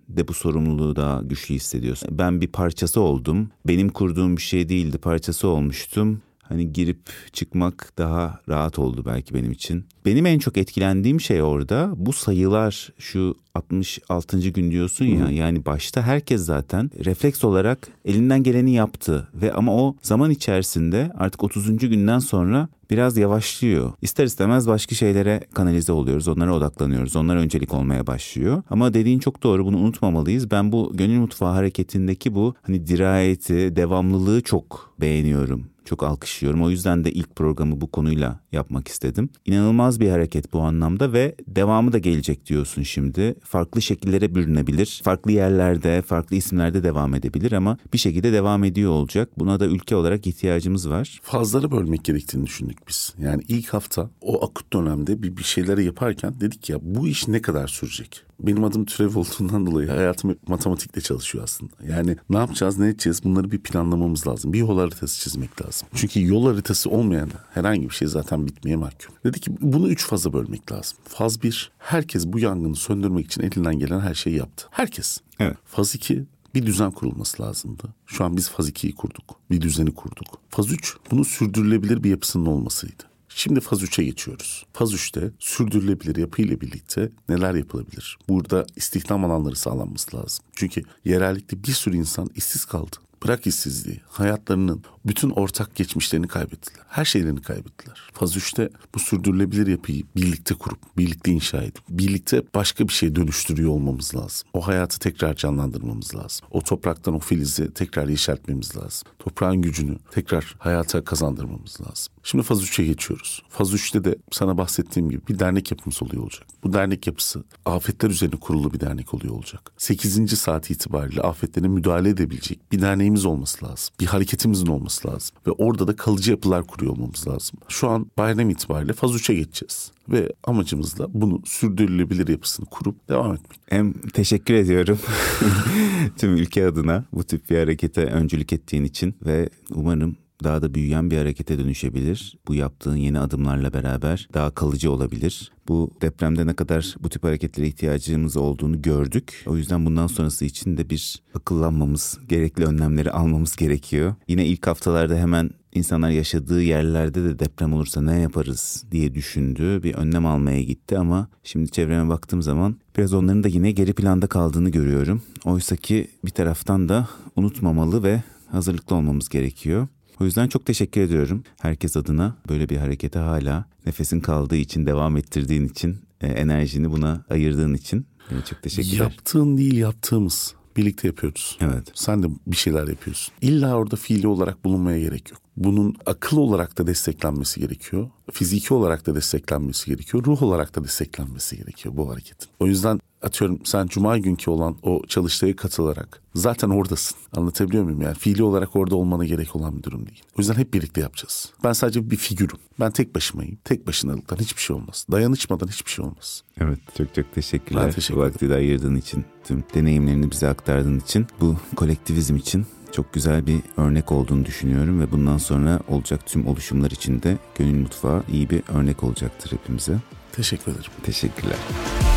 de bu sorumluluğu daha güçlü hissediyorsun. Ben bir parçası oldum. Benim kurduğum bir şey değildi, parçası olmuştum. Hani girip çıkmak daha rahat oldu belki benim için. Benim en çok etkilendiğim şey orada bu sayılar, şu altmış altıncı gün diyorsun ya. Hmm. Yani başta herkes zaten refleks olarak elinden geleni yaptı. Ve ama o zaman içerisinde artık otuzuncu günden sonra biraz yavaşlıyor. İster istemez başka şeylere kanalize oluyoruz. Onlara odaklanıyoruz. Onlar öncelik olmaya başlıyor. Ama dediğin çok doğru, bunu unutmamalıyız. Ben bu Gönül Mutfağı hareketindeki bu hani dirayeti, devamlılığı çok beğeniyorum. Çok alkışlıyorum. O yüzden de ilk programı bu konuyla yapmak istedim. İnanılmaz bir hareket bu anlamda ve devamı da gelecek diyorsun şimdi. Farklı şekillere bürünebilir. Farklı yerlerde, farklı isimlerde devam edebilir ama bir şekilde devam ediyor olacak. Buna da ülke olarak ihtiyacımız var. Fazları bölmek gerektiğini düşündük biz. Yani ilk hafta o akut dönemde bir, bir şeyleri yaparken dedik ya, bu iş ne kadar sürecek? Benim adım Türev olduğundan dolayı hayatım hep matematikle çalışıyor aslında. Yani ne yapacağız, ne edeceğiz, bunları bir planlamamız lazım. Bir yol haritası çizmek lazım. Çünkü yol haritası olmayan herhangi bir şey zaten bitmeye mahkum. Dedi ki bunu üç faza bölmek lazım. Faz bir, herkes bu yangını söndürmek için elinden gelen her şeyi yaptı. Herkes. Evet. Faz iki, bir düzen kurulması lazımdı. Şu an biz faz ikiyi kurduk. Bir düzeni kurduk. Faz üç, bunun sürdürülebilir bir yapısının olmasıydı. Şimdi faz üçe geçiyoruz. Faz üçte sürdürülebilir yapıyla birlikte neler yapılabilir? Burada istihdam alanları sağlanması lazım. Çünkü yerellikte bir sürü insan işsiz kaldı. Bırak işsizliği, hayatlarının bütün ortak geçmişlerini kaybettiler. Her şeylerini kaybettiler. Faz üçte bu sürdürülebilir yapıyı birlikte kurup, birlikte inşa edip, birlikte başka bir şeye dönüştürüyor olmamız lazım. O hayatı tekrar canlandırmamız lazım. O topraktan o filizi tekrar yeşertmemiz lazım. Toprağın gücünü tekrar hayata kazandırmamız lazım. Şimdi faz üçe geçiyoruz. Faz üçte de sana bahsettiğim gibi bir dernek yapımız oluyor olacak. Bu dernek yapısı afetler üzerine kurulu bir dernek oluyor olacak. sekizinci saat itibariyle afetlere müdahale edebilecek bir derneğimiz olması lazım. Bir hareketimizin olması lazım. Ve orada da kalıcı yapılar kuruyor olmamız lazım. Şu an bayram itibariyle faz üçe geçeceğiz. Ve amacımız da bunu sürdürülebilir yapısını kurup devam etmek. Hem teşekkür ediyorum tüm ülke adına bu tip bir harekete öncülük ettiğin için ve umarım daha da büyüyen bir harekete dönüşebilir. Bu yaptığın yeni adımlarla beraber daha kalıcı olabilir. Bu depremde ne kadar bu tip hareketlere ihtiyacımız olduğunu gördük. O yüzden bundan sonrası için de bir akıllanmamız, gerekli önlemleri almamız gerekiyor. Yine ilk haftalarda hemen insanlar yaşadığı yerlerde de deprem olursa ne yaparız diye düşündü. Bir önlem almaya gitti ama şimdi çevreme baktığım zaman biraz onların da yine geri planda kaldığını görüyorum. Oysa ki bir taraftan da unutmamalı ve hazırlıklı olmamız gerekiyor. O yüzden çok teşekkür ediyorum herkes adına, böyle bir harekete hala nefesin kaldığı için, devam ettirdiğin için, enerjini buna ayırdığın için çok teşekkürler. Yaptığın değil, yaptığımız. Birlikte yapıyoruz. Evet. Sen de bir şeyler yapıyorsun. İlla orada fiili olarak bulunmaya gerek yok. Bunun akıl olarak da desteklenmesi gerekiyor. Fiziki olarak da desteklenmesi gerekiyor. Ruh olarak da desteklenmesi gerekiyor bu hareketin. O yüzden atıyorum sen cuma günkü olan o çalıştaya katılarak zaten oradasın. Anlatabiliyor muyum? Yani fiili olarak orada olmana gerek olan bir durum değil. O yüzden hep birlikte yapacağız. Ben sadece bir figürüm. Ben tek başımayım. Tek başınalıktan hiçbir şey olmaz. Dayanışmadan hiçbir şey olmaz. Evet, çok çok teşekkürler. Ben teşekkür bu vakti de ayırdığın için, tüm deneyimlerini bize aktardığın için, bu kolektivizm için çok güzel bir örnek olduğunu düşünüyorum ve bundan sonra olacak tüm oluşumlar için de Gönül Mutfağı iyi bir örnek olacaktır hepimize. Teşekkür ederim. Teşekkürler.